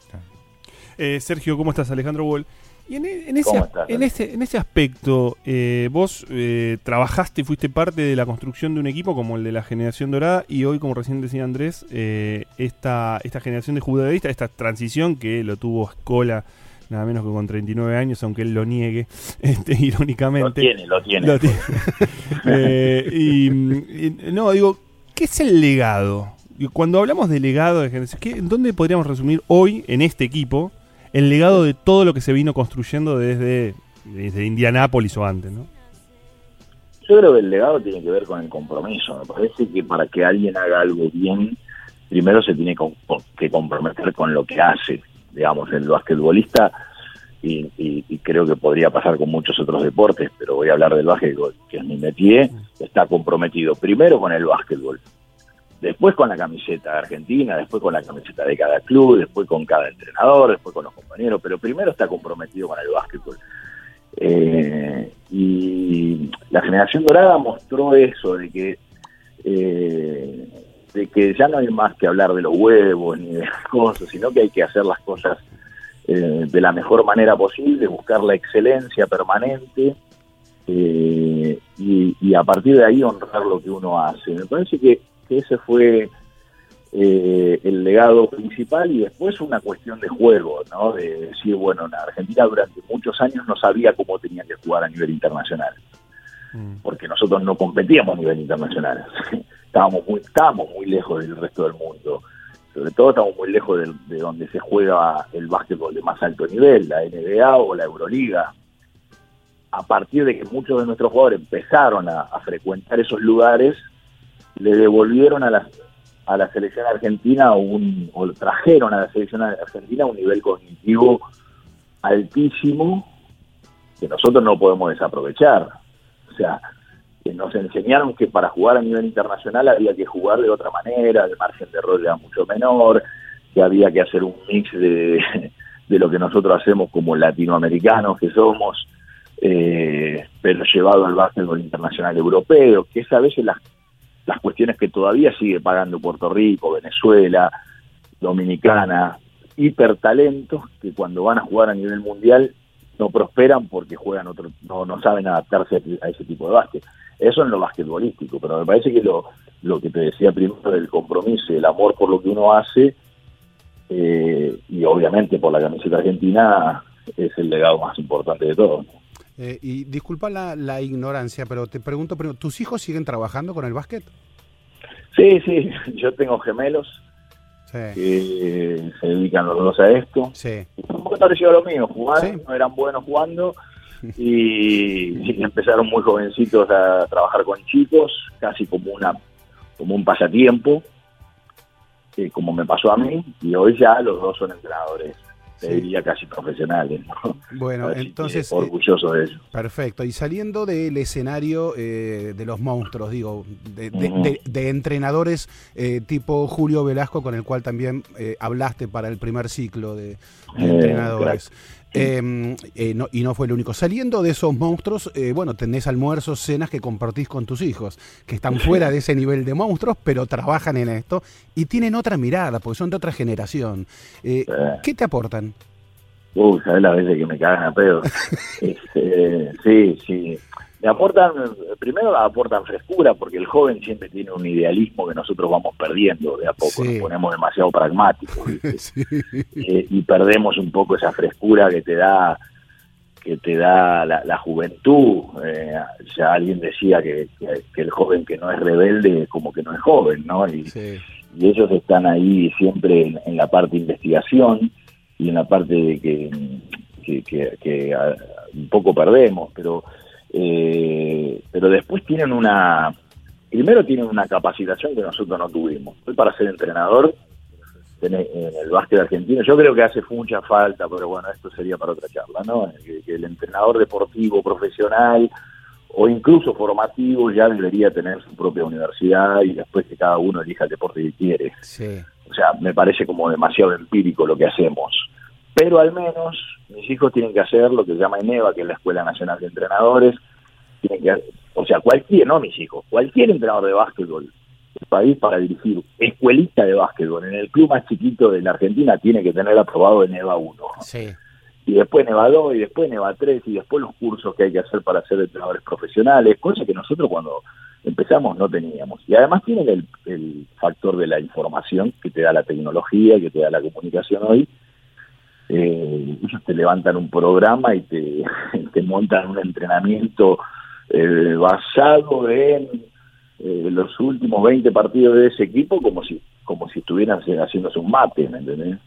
Eh, Sergio, ¿cómo estás? Alejandro Boll. Y en, en, ese, estás, en, ese, en ese aspecto, eh, vos eh, trabajaste y fuiste parte de la construcción de un equipo como el de la Generación Dorada, y hoy, como recién decía Andrés, eh, esta, esta generación de jugadores, esta transición que lo tuvo Scola, nada menos que con treinta y nueve años, aunque él lo niegue, este, irónicamente. Lo tiene, lo tiene. Lo tiene. eh, y, y, no, digo, ¿qué es el legado? Cuando hablamos de legado de generación, ¿qué, ¿dónde podríamos resumir hoy, en este equipo, el legado de todo lo que se vino construyendo desde, desde Indianápolis o antes, ¿no? Yo creo que el legado tiene que ver con el compromiso. Me parece que para que alguien haga algo bien, primero se tiene que comprometer con lo que hace. Digamos, el basquetbolista, y, y, y creo que podría pasar con muchos otros deportes, pero voy a hablar del básquetbol, que es mi métier, está comprometido primero con el básquetbol, después con la camiseta de Argentina, después con la camiseta de cada club, después con cada entrenador, después con los compañeros, pero primero está comprometido con el básquetbol. Eh, y la Generación Dorada mostró eso, de que eh, de que ya no hay más que hablar de los huevos ni de las cosas, sino que hay que hacer las cosas eh, de la mejor manera posible, buscar la excelencia permanente, eh, y, y a partir de ahí honrar lo que uno hace. Me parece que que ese fue eh, el legado principal, y después una cuestión de juego, ¿no? De decir, bueno, la Argentina durante muchos años no sabía cómo tenía que jugar a nivel internacional, mm. porque nosotros no competíamos a nivel internacional, estábamos muy, estábamos muy lejos del resto del mundo, sobre todo estamos muy lejos de, de donde se juega el básquetbol de más alto nivel, la N B A o la Euroliga. A partir de que muchos de nuestros jugadores empezaron a, a frecuentar esos lugares, le devolvieron a la, a la selección argentina un, o trajeron a la selección argentina un nivel cognitivo altísimo que nosotros no podemos desaprovechar. O sea, que nos enseñaron que para jugar a nivel internacional había que jugar de otra manera, el margen de error era mucho menor, que había que hacer un mix de, de lo que nosotros hacemos como latinoamericanos que somos, eh, pero llevado al básquetbol internacional europeo, que es a veces las las cuestiones que todavía sigue pagando Puerto Rico, Venezuela, Dominicana, hipertalentos que cuando van a jugar a nivel mundial no prosperan porque juegan otro, no, no saben adaptarse a ese tipo de básquet. Eso en lo basquetbolístico, pero me parece que lo, lo que te decía primero del compromiso, el amor por lo que uno hace, eh, y obviamente por la camiseta argentina, es el legado más importante de todos, ¿no? Eh, y disculpa la, la ignorancia, pero te pregunto, pero ¿tus hijos siguen trabajando con el básquet? Sí, sí, yo tengo gemelos, sí, que se dedican los dos a esto. Sí. Un poco parecido a lo mío, jugaron, sí, no eran buenos jugando, y, y empezaron muy jovencitos a trabajar con chicos, casi como una como un pasatiempo, eh, como me pasó a mí, y hoy ya los dos son entrenadores. Te sí. diría casi profesionales, ¿no? Bueno, así entonces... orgulloso eh, de ellos. Perfecto. Y saliendo del escenario eh, de los monstruos, digo, de, de, uh-huh. de, de entrenadores eh, tipo Julio Velasco, con el cual también eh, hablaste para el primer ciclo de, de eh, entrenadores. Eh, eh, no, y no fue el único. Saliendo de esos monstruos, eh, bueno, tenés almuerzos, cenas que compartís con tus hijos, que están fuera de ese nivel de monstruos, pero trabajan en esto y tienen otra mirada, porque son de otra generación. Eh, sí. ¿Qué te aportan? Uy, sabes las veces que me cagan a pedo. este, sí, sí. Me aportan, primero aportan frescura, porque el joven siempre tiene un idealismo que nosotros vamos perdiendo de a poco, sí. Nos ponemos demasiado pragmáticos, ¿viste? Sí. Eh, y perdemos un poco esa frescura que te da que te da la, la juventud. Eh, ya alguien decía que, que, que el joven que no es rebelde como que no es joven, ¿no? Y, sí. y ellos están ahí siempre en, en la parte de investigación y en la parte de que, que, que, que a, un poco perdemos, pero eh, pero después tienen una, primero tienen una capacitación que nosotros no tuvimos. Hoy para ser entrenador en el básquet argentino, yo creo que hace mucha falta, pero bueno, esto sería para otra charla, ¿no? Que, que el entrenador deportivo, profesional o incluso formativo ya debería tener su propia universidad y después que cada uno elija el deporte que quiere. Sí. O sea, me parece como demasiado empírico lo que hacemos. pero al menos mis hijos tienen que hacer lo que se llama ENEVA, que es la Escuela Nacional de Entrenadores, tienen que, o sea, cualquier, no mis hijos, cualquier entrenador de básquetbol del país para dirigir escuelita de básquetbol en el club más chiquito de la Argentina tiene que tener aprobado ENEVA uno. Sí. Y después ENEVA dos, y después ENEVA tres, y después los cursos que hay que hacer para ser entrenadores profesionales, cosa que nosotros cuando empezamos no teníamos. Y además tienen el, el factor de la información que te da la tecnología, que te da la comunicación hoy. Eh, ellos te levantan un programa y te, te montan un entrenamiento eh, basado en eh, los últimos veinte partidos de ese equipo como si como si estuvieran haciéndose un mate, ¿me entendés?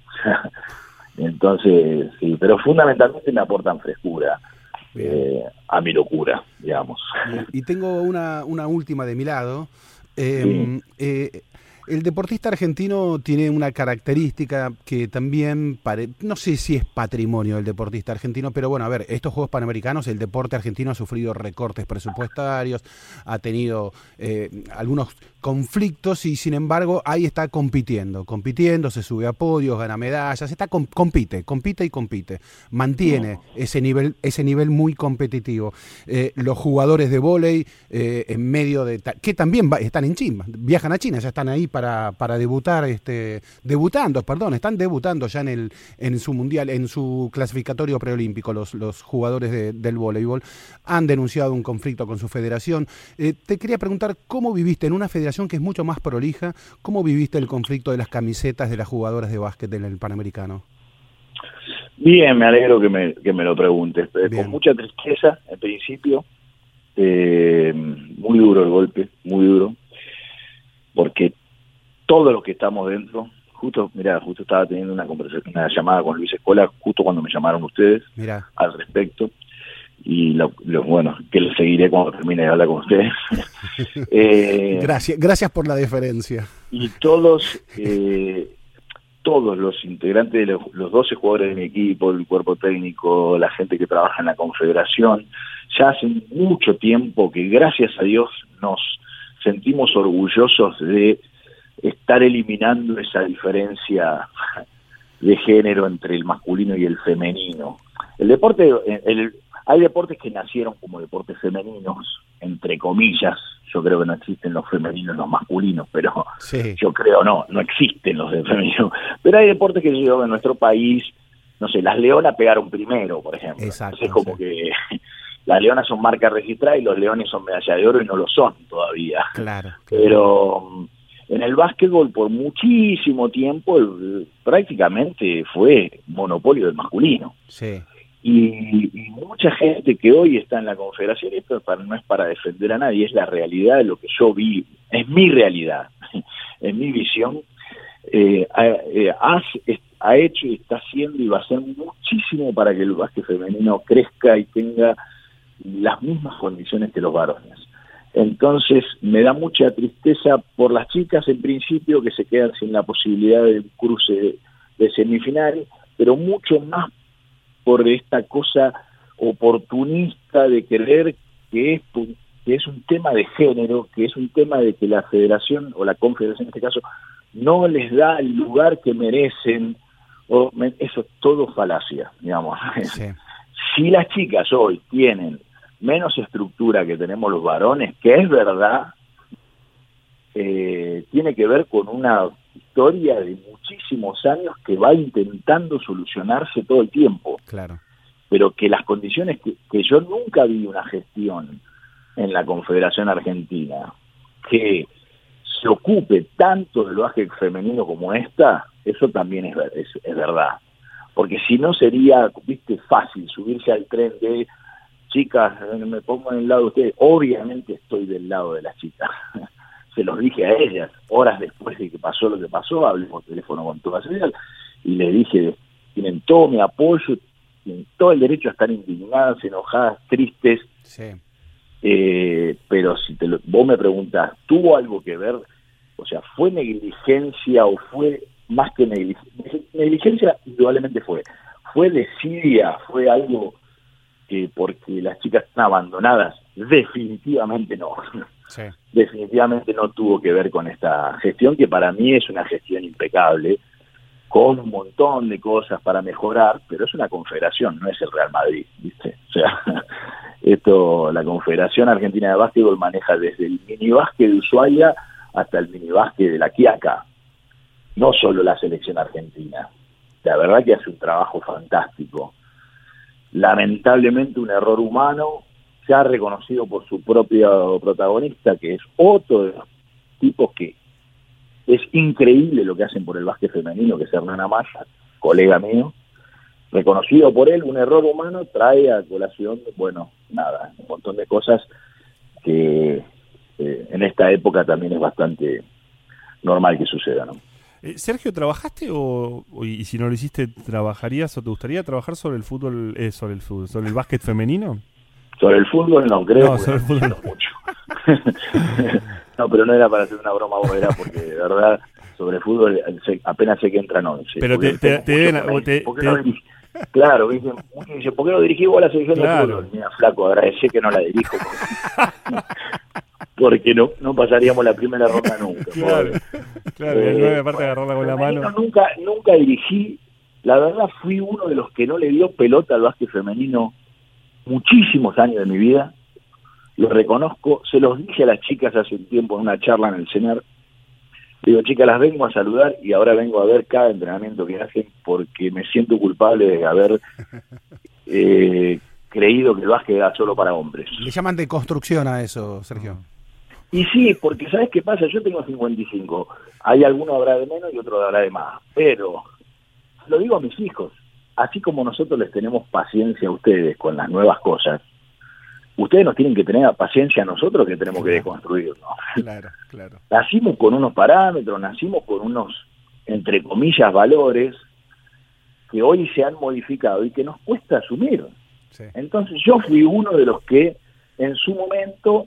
Entonces, sí, pero fundamentalmente me aportan frescura eh, a mi locura, digamos. Bien. Y tengo una, una última de mi lado. Eh, Sí. eh, el deportista argentino tiene una característica que también, pare, no sé si es patrimonio del deportista argentino, pero bueno, a ver, estos Juegos Panamericanos, el deporte argentino ha sufrido recortes presupuestarios, ha tenido eh, algunos conflictos y sin embargo ahí está compitiendo, compitiendo, se sube a podios, gana medallas, está com compite, compite y compite, mantiene no. ese nivel, ese nivel muy competitivo. Eh, los jugadores de vóley eh, en medio de que también va, están en China, viajan a China, ya están ahí para, para debutar, este, debutando, perdón, están debutando ya en el, en su mundial, en su clasificatorio preolímpico, los, los jugadores de, del voleibol han denunciado un conflicto con su federación. Eh, te quería preguntar cómo viviste en una federación que es mucho más prolija, ¿cómo viviste el conflicto de las camisetas de las jugadoras de básquet en el Panamericano? Bien, me alegro que me, que me lo preguntes. Bien. Con mucha tristeza, en principio, eh, muy duro el golpe, muy duro, porque todos los que estamos dentro, justo, mirá, justo estaba teniendo una conversación, una llamada con Luis Escola, justo cuando me llamaron ustedes Mirá. al respecto, y lo, lo bueno, que le seguiré cuando termine de hablar con ustedes. eh, gracias, gracias por la deferencia. Y todos, eh, todos los integrantes, de los, los doce jugadores de mi equipo, el cuerpo técnico, la gente que trabaja en la confederación, ya hace mucho tiempo que gracias a Dios nos sentimos orgullosos de estar eliminando esa diferencia de género entre el masculino y el femenino. El deporte, el, hay deportes que nacieron como deportes femeninos, entre comillas. Yo creo que no existen los femeninos y los masculinos, pero sí. Yo creo no, no existen los de femeninos. Pero hay deportes que llegan en nuestro país, no sé, las leonas pegaron primero, por ejemplo. Exacto, Entonces, como sí. que las leonas son marca registrada y los leones son medalla de oro y no lo son todavía. Claro. claro. Pero en el básquetbol por muchísimo tiempo el, prácticamente fue monopolio del masculino. Sí. Y, y mucha gente que hoy está en la confederación, esto para, no es para defender a nadie, es la realidad de lo que yo vi, es mi realidad, es mi visión, eh, ha, eh, ha, ha hecho y está haciendo y va a hacer muchísimo para que el básquet femenino crezca y tenga las mismas condiciones que los varones. Entonces me da mucha tristeza por las chicas en principio que se quedan sin la posibilidad de un cruce de, de semifinales, pero mucho más por esta cosa oportunista de creer que es, que es un tema de género, que es un tema de que la federación o la confederación en este caso no les da el lugar que merecen, o eso es todo falacia, digamos. Sí. Si las chicas hoy tienen menos estructura que tenemos los varones, que es verdad, eh, tiene que ver con una historia de muchísimos años que va intentando solucionarse todo el tiempo. Claro. Pero que las condiciones que, que yo nunca vi una gestión en la Confederación Argentina que se ocupe tanto del básquet femenino como esta, eso también es, es, es verdad. Porque si no sería, viste, fácil subirse al tren de chicas, me pongo en el lado de ustedes. Obviamente estoy del lado de las chicas. Se los dije a ellas, horas después de que pasó lo que pasó, hablé por teléfono con todas ellas, y les dije, tienen todo mi apoyo, tienen todo el derecho a estar indignadas, enojadas, tristes, sí. eh, pero si te lo, vos me preguntás, ¿tuvo algo que ver? O sea, ¿fue negligencia o fue más que negligencia? Negligencia indudablemente fue. ¿Fue desidia? ¿Fue algo que porque las chicas están abandonadas? Definitivamente no. Sí. Definitivamente no tuvo que ver con esta gestión, que para mí es una gestión impecable, con un montón de cosas para mejorar, pero es una confederación, no es el Real Madrid, ¿viste? O sea, esto, la Confederación Argentina de Básquetbol maneja desde el minibásquet de Ushuaia hasta el minibásquet de La Quiaca, no solo la selección argentina. La verdad que hace un trabajo fantástico. Lamentablemente un error humano, ya reconocido por su propio protagonista, que es otro de los tipos que es increíble lo que hacen por el básquet femenino, que es Hernán Amaya, colega mío, reconocido por él, un error humano trae a colación, bueno, nada, un montón de cosas que eh, en esta época también es bastante normal que suceda, ¿no? Eh, Sergio, ¿trabajaste o, o y si no lo hiciste, trabajarías o te gustaría trabajar sobre el fútbol, eh, sobre el fútbol, sobre el básquet femenino? Sobre el fútbol no creo, no, sobre el fútbol no mucho. No, pero no era para hacer una broma bobera, porque de verdad sobre el fútbol sé, apenas sé que entran once. Pero te, te, te deben... Te, ¿Por qué no dirigí? Claro, dicen, dice, ¿por qué no dirigí vos la selección claro. de fútbol? Mira, flaco, agradecí que no la dirijo. Porque, porque no, no pasaríamos la primera ronda nunca. Claro, claro, eh, el nueve aparte de agarrarla con la mano. Nunca, nunca dirigí, la verdad fui uno de los que no le dio pelota al básquet femenino muchísimos años de mi vida. Lo reconozco, se los dije a las chicas hace un tiempo en una charla en el CENAR. Digo, chicas, las vengo a saludar y ahora vengo a ver cada entrenamiento que hacen porque me siento culpable de haber eh, creído que el básquet era solo para hombres. Le llaman de construcción a eso, Sergio. Y sí, porque ¿sabes qué pasa? Yo tengo cincuenta y cinco. Hay alguno habrá de menos y otro habrá de más. Pero, lo digo a mis hijos, así como nosotros les tenemos paciencia a ustedes con las nuevas cosas, ustedes nos tienen que tener paciencia a nosotros que tenemos que deconstruirnos. Claro, claro. Nacimos con unos parámetros, nacimos con unos, entre comillas, valores que hoy se han modificado y que nos cuesta asumir. Sí. Entonces yo fui uno de los que en su momento,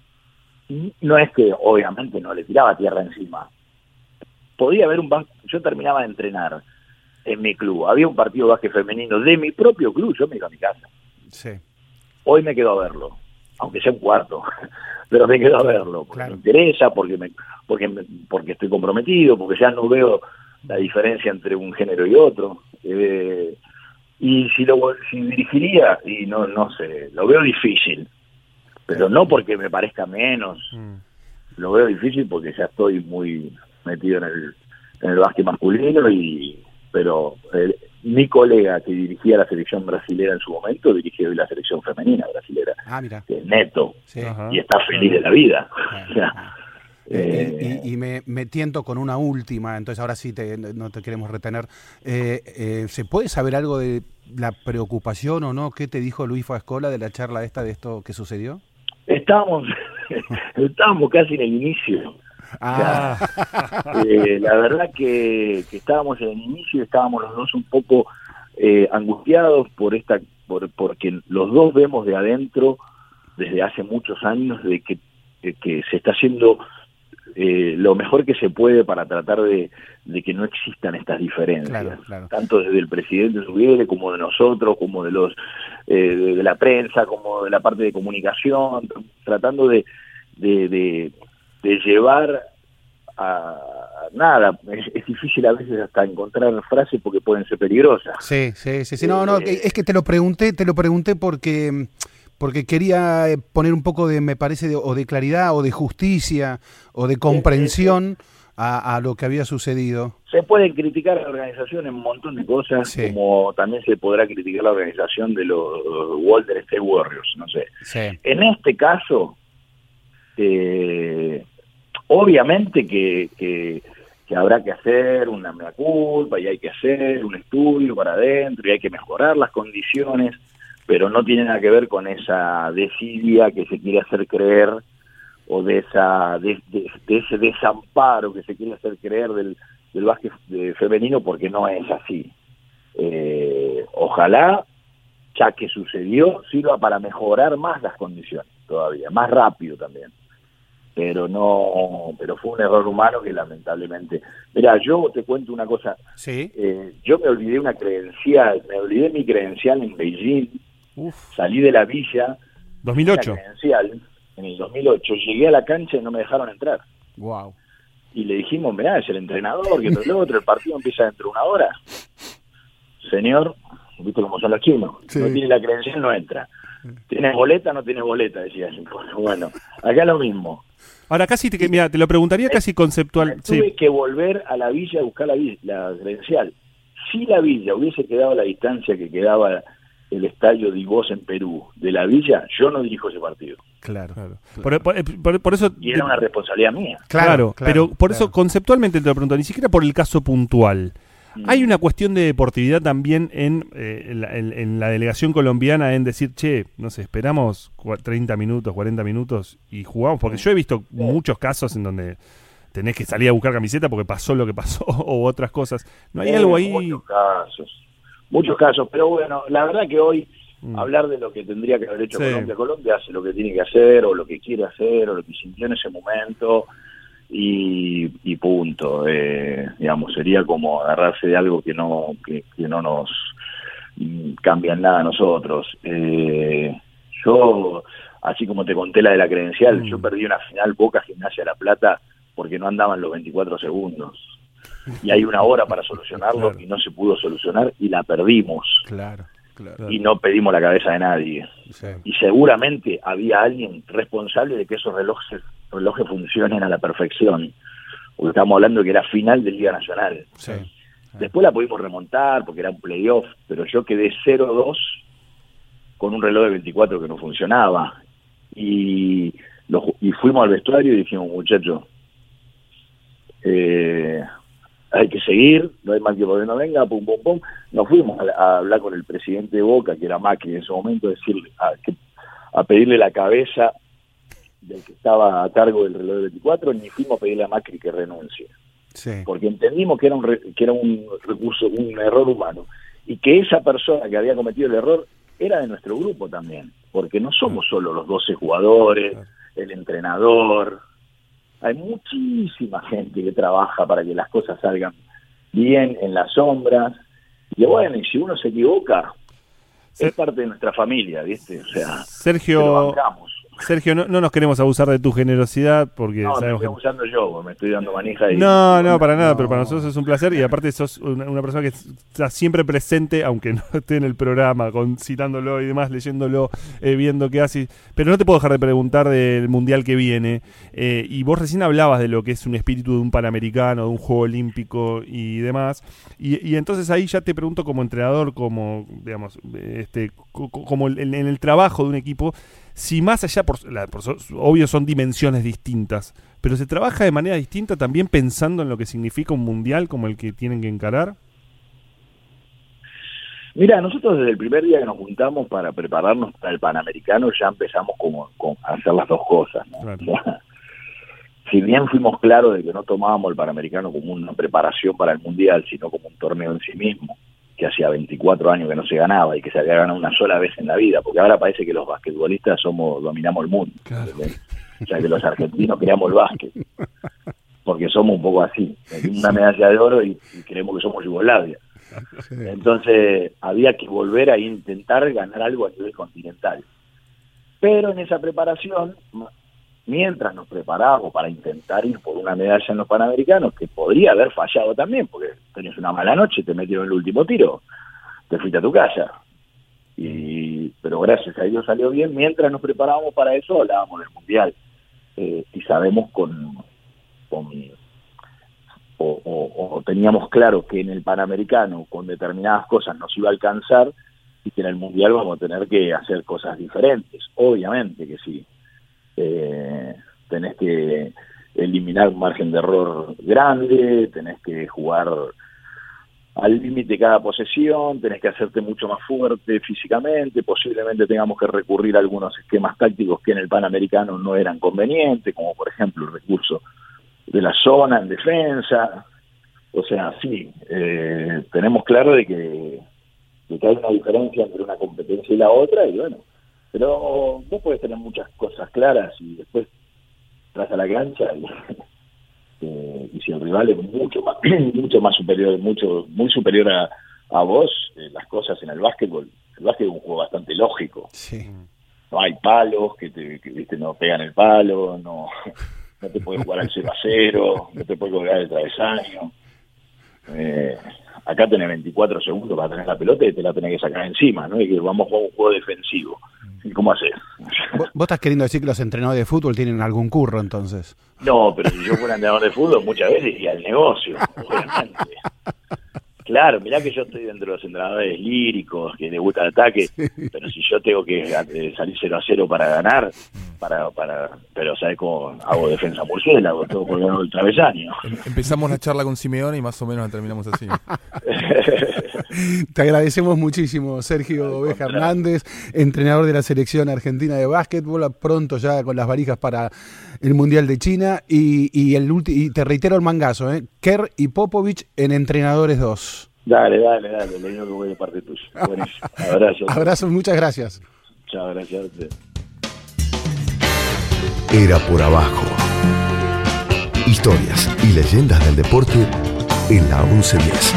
no es que obviamente no le tiraba tierra encima, podía haber un básquet, yo terminaba de entrenar en mi club, había un partido de básquet femenino de mi propio club, yo me iba a mi casa. Sí. Hoy me quedo a verlo, aunque sea un cuarto, pero me quedo a verlo, porque claro. me interesa, porque me, porque me, porque estoy comprometido, porque ya no veo la diferencia entre un género y otro. Eh, y si lo si dirigiría, y no no sé, lo veo difícil, pero no porque me parezca menos, mm. lo veo difícil porque ya estoy muy metido en el en el básquet masculino, y pero eh, mi colega que dirigía la selección brasilera en su momento dirige hoy la selección femenina brasilera, ah, mira. que es Neto, sí. Y está feliz de la vida. Bueno, o sea, eh, y, y, y me, me tiento con una última, entonces ahora sí te, no te queremos retener. Eh, eh, ¿Se puede saber algo de la preocupación o no? ¿Qué te dijo Luis Fascola de la charla esta de esto que sucedió? Estábamos, estábamos casi en el inicio. Ah. O sea, eh, la verdad que, que estábamos en el inicio, estábamos los dos un poco eh, angustiados por esta, por, porque los dos vemos de adentro desde hace muchos años de que, de que se está haciendo eh, lo mejor que se puede para tratar de, de que no existan estas diferencias, claro, claro. tanto desde el presidente Subiere como de nosotros, como de los eh, de, de la prensa, como de la parte de comunicación, tratando de de, de de llevar a nada, es, es difícil a veces hasta encontrar frases porque pueden ser peligrosas. Sí, sí, sí, sí. No, no, es que te lo pregunté, te lo pregunté porque porque quería poner un poco de, me parece, de, o de claridad, o de justicia, o de comprensión a, a lo que había sucedido. Se puede criticar a la organización en un montón de cosas, sí. Como también se podrá criticar la organización de los Golden State Warriors, no sé. Sí. En este caso, eh, obviamente que, que, que habrá que hacer una mea culpa y hay que hacer un estudio para adentro y hay que mejorar las condiciones, pero no tiene nada que ver con esa desidia que se quiere hacer creer o de esa de, de, de ese desamparo que se quiere hacer creer del, del básquet femenino, porque no es así. Eh, ojalá, ya que sucedió, sirva para mejorar más las condiciones todavía, más rápido también. Pero no, pero fue un error humano que lamentablemente... Mira, yo te cuento una cosa. Sí. Eh, yo me olvidé una credencial, me olvidé mi credencial en Beijing. Uf. Salí de la villa. dos mil ocho. Credencial en el dos mil ocho. Llegué a la cancha y no me dejaron entrar. Wow. y le dijimos, mirá, es el entrenador, que todo lo otro, el partido empieza dentro de una hora. Señor, viste cómo son los chinos, sí. No tiene la credencial, no entra. ¿Tiene boleta? No tiene boleta, decía. Bueno, acá lo mismo. Ahora casi, te, mira, te lo preguntaría casi conceptual. Tuve Sí. que volver a la villa a buscar la, la credencial. Si la villa hubiese quedado a la distancia que quedaba el estadio Divos en Perú de la villa, yo no dirijo ese partido. Claro. Claro. Por, por, por, por eso, Y era una responsabilidad mía. Claro, Claro, pero por claro. eso conceptualmente te lo pregunto, ni siquiera por el caso puntual. Mm. Hay una cuestión de deportividad también en, eh, en, la, en, en la delegación colombiana en decir, che, no sé, esperamos treinta minutos, cuarenta minutos y jugamos, porque yo he visto muchos casos en donde tenés que salir a buscar camiseta porque pasó lo que pasó o otras cosas. ¿No hay Eh, algo ahí? Muchos casos, muchos casos, pero bueno, la verdad que hoy Mm. hablar de lo que tendría que haber hecho Sí. Colombia, Colombia hace lo que tiene que hacer, o lo que quiere hacer, o lo que sintió en ese momento, y, y punto. Eh, digamos, sería como agarrarse de algo que no, que, que no nos mm, cambia en nada a nosotros. Eh, yo, así como te conté la de la credencial, Mm. yo perdí una final Boca Gimnasia La Plata porque no andaban los veinticuatro segundos. Y hay una hora para solucionarlo, Claro. y no se pudo solucionar y la perdimos. Claro, claro. Y no pedimos la cabeza de nadie. Sí. Y seguramente había alguien responsable de que esos relojes, relojes funcionen a la perfección. Porque estamos hablando de que era final de Liga Nacional. Sí. Después la pudimos remontar porque era un playoff, pero yo quedé cero dos con un reloj de veinticuatro que no funcionaba. Y, lo, y fuimos al vestuario y dijimos, muchachos, eh, hay que seguir, no hay más que por no venga, pum, pum, pum. Nos fuimos a, a hablar con el presidente de Boca, que era Macri en ese momento, decirle, a, que, a pedirle la cabeza del que estaba a cargo del reloj de veinticuatro, ni fuimos a pedirle a Macri que renuncie. Sí. Porque entendimos que era un re, que era un recurso, un error humano, y que esa persona que había cometido el error era de nuestro grupo también, porque no somos solo los doce jugadores, el entrenador, hay muchísima gente que trabaja para que las cosas salgan bien en las sombras, y bueno, y si uno se equivoca, Se- es parte de nuestra familia, ¿viste? O sea, te Sergio, lo bancamos. Sergio, no, no nos queremos abusar de tu generosidad porque No, me sabemos estoy que... abusando yo, me estoy dando manija y... No, no, para nada, No. pero para nosotros es un placer y aparte sos una, una persona que está siempre presente, aunque no esté en el programa, con, citándolo y demás, leyéndolo, eh, viendo qué hace. Pero no te puedo dejar de preguntar del Mundial que viene. Eh, y vos recién hablabas de lo que es un espíritu de un Panamericano, de un Juego Olímpico y demás. Y, y entonces ahí ya te pregunto como entrenador, como, digamos, este, co- co- como en, en el trabajo de un equipo, si más allá, por, la, por obvio son dimensiones distintas, pero se trabaja de manera distinta también pensando en lo que significa un mundial como el que tienen que encarar. Mira, nosotros desde el primer día que nos juntamos para prepararnos para el Panamericano ya empezamos como, como a hacer las dos cosas, ¿no? Claro. O sea, si bien fuimos claros de que no tomábamos el Panamericano como una preparación para el Mundial, sino como un torneo en sí mismo, que hacía veinticuatro años que no se ganaba y que se había ganado una sola vez en la vida, porque ahora parece que los basquetbolistas somos dominamos el mundo. Claro. ¿Entendés? O sea, que los argentinos creamos el básquet, porque somos un poco así, una medalla de oro y, y creemos que somos Yugoslavia. Sí. Entonces había que volver a intentar ganar algo a nivel continental. Pero en esa preparación, mientras nos preparábamos para intentar ir por una medalla en los Panamericanos, que podría haber fallado también, porque tenías una mala noche, te metieron el último tiro, te fuiste a tu casa. Y, pero gracias a Dios salió bien. Mientras nos preparábamos para eso, hablábamos del Mundial. Eh, y sabemos con... con O, o, o teníamos claro que en el Panamericano con determinadas cosas nos iba a alcanzar y que en el Mundial vamos a tener que hacer cosas diferentes, obviamente que sí. Eh, tenés que eliminar un margen de error grande, tenés que jugar al límite cada posesión, tenés que hacerte mucho más fuerte físicamente, posiblemente tengamos que recurrir a algunos esquemas tácticos que en el Panamericano no eran convenientes, como por ejemplo el recurso de la zona en defensa. O sea, sí, eh, tenemos claro de que, de que hay una diferencia entre una competencia y la otra, y bueno, pero vos podés tener muchas cosas claras y después tras a la cancha y, eh, y si el rival es mucho más mucho más superior, mucho muy superior a, a vos, eh, las cosas en el básquetbol, el básquet es un juego bastante lógico. Sí. No hay palos que te que, viste, no pegan el palo, no no te puedes jugar al cero a cero, no te puedes colgar el travesaño. Eh, acá tenés veinticuatro segundos para tener la pelota y te la tenés que sacar encima, ¿no? Y que vamos a jugar un juego defensivo. ¿Y cómo haces? ¿Vos, vos estás queriendo decir que los entrenadores de fútbol tienen algún curro, entonces? No, pero si yo fuera entrenador de fútbol, muchas veces iría al negocio, obviamente. Claro, mirá que yo estoy dentro de los entrenadores líricos, que les gusta el ataque, sí. Pero si yo tengo que eh, salir cero a cero para ganar, para, para, pero ¿sabes cómo hago defensa por suelo? Hago todo por el travesaño. Empezamos la charla con Simeone y más o menos la terminamos así. Te agradecemos muchísimo, Sergio Oveja Hernández, entrenador de la selección argentina de básquetbol, pronto ya con las valijas para el Mundial de China, y, y, el ulti- y te reitero el mangazo, ¿eh? Kerr y Popovich en Entrenadores dos. Dale, dale, dale, le digo que voy de parte tuya. Buenísimo. Abrazo. Abrazos, muchas gracias. Chao, gracias a usted. Era por abajo. Historias y leyendas del deporte en la once diez.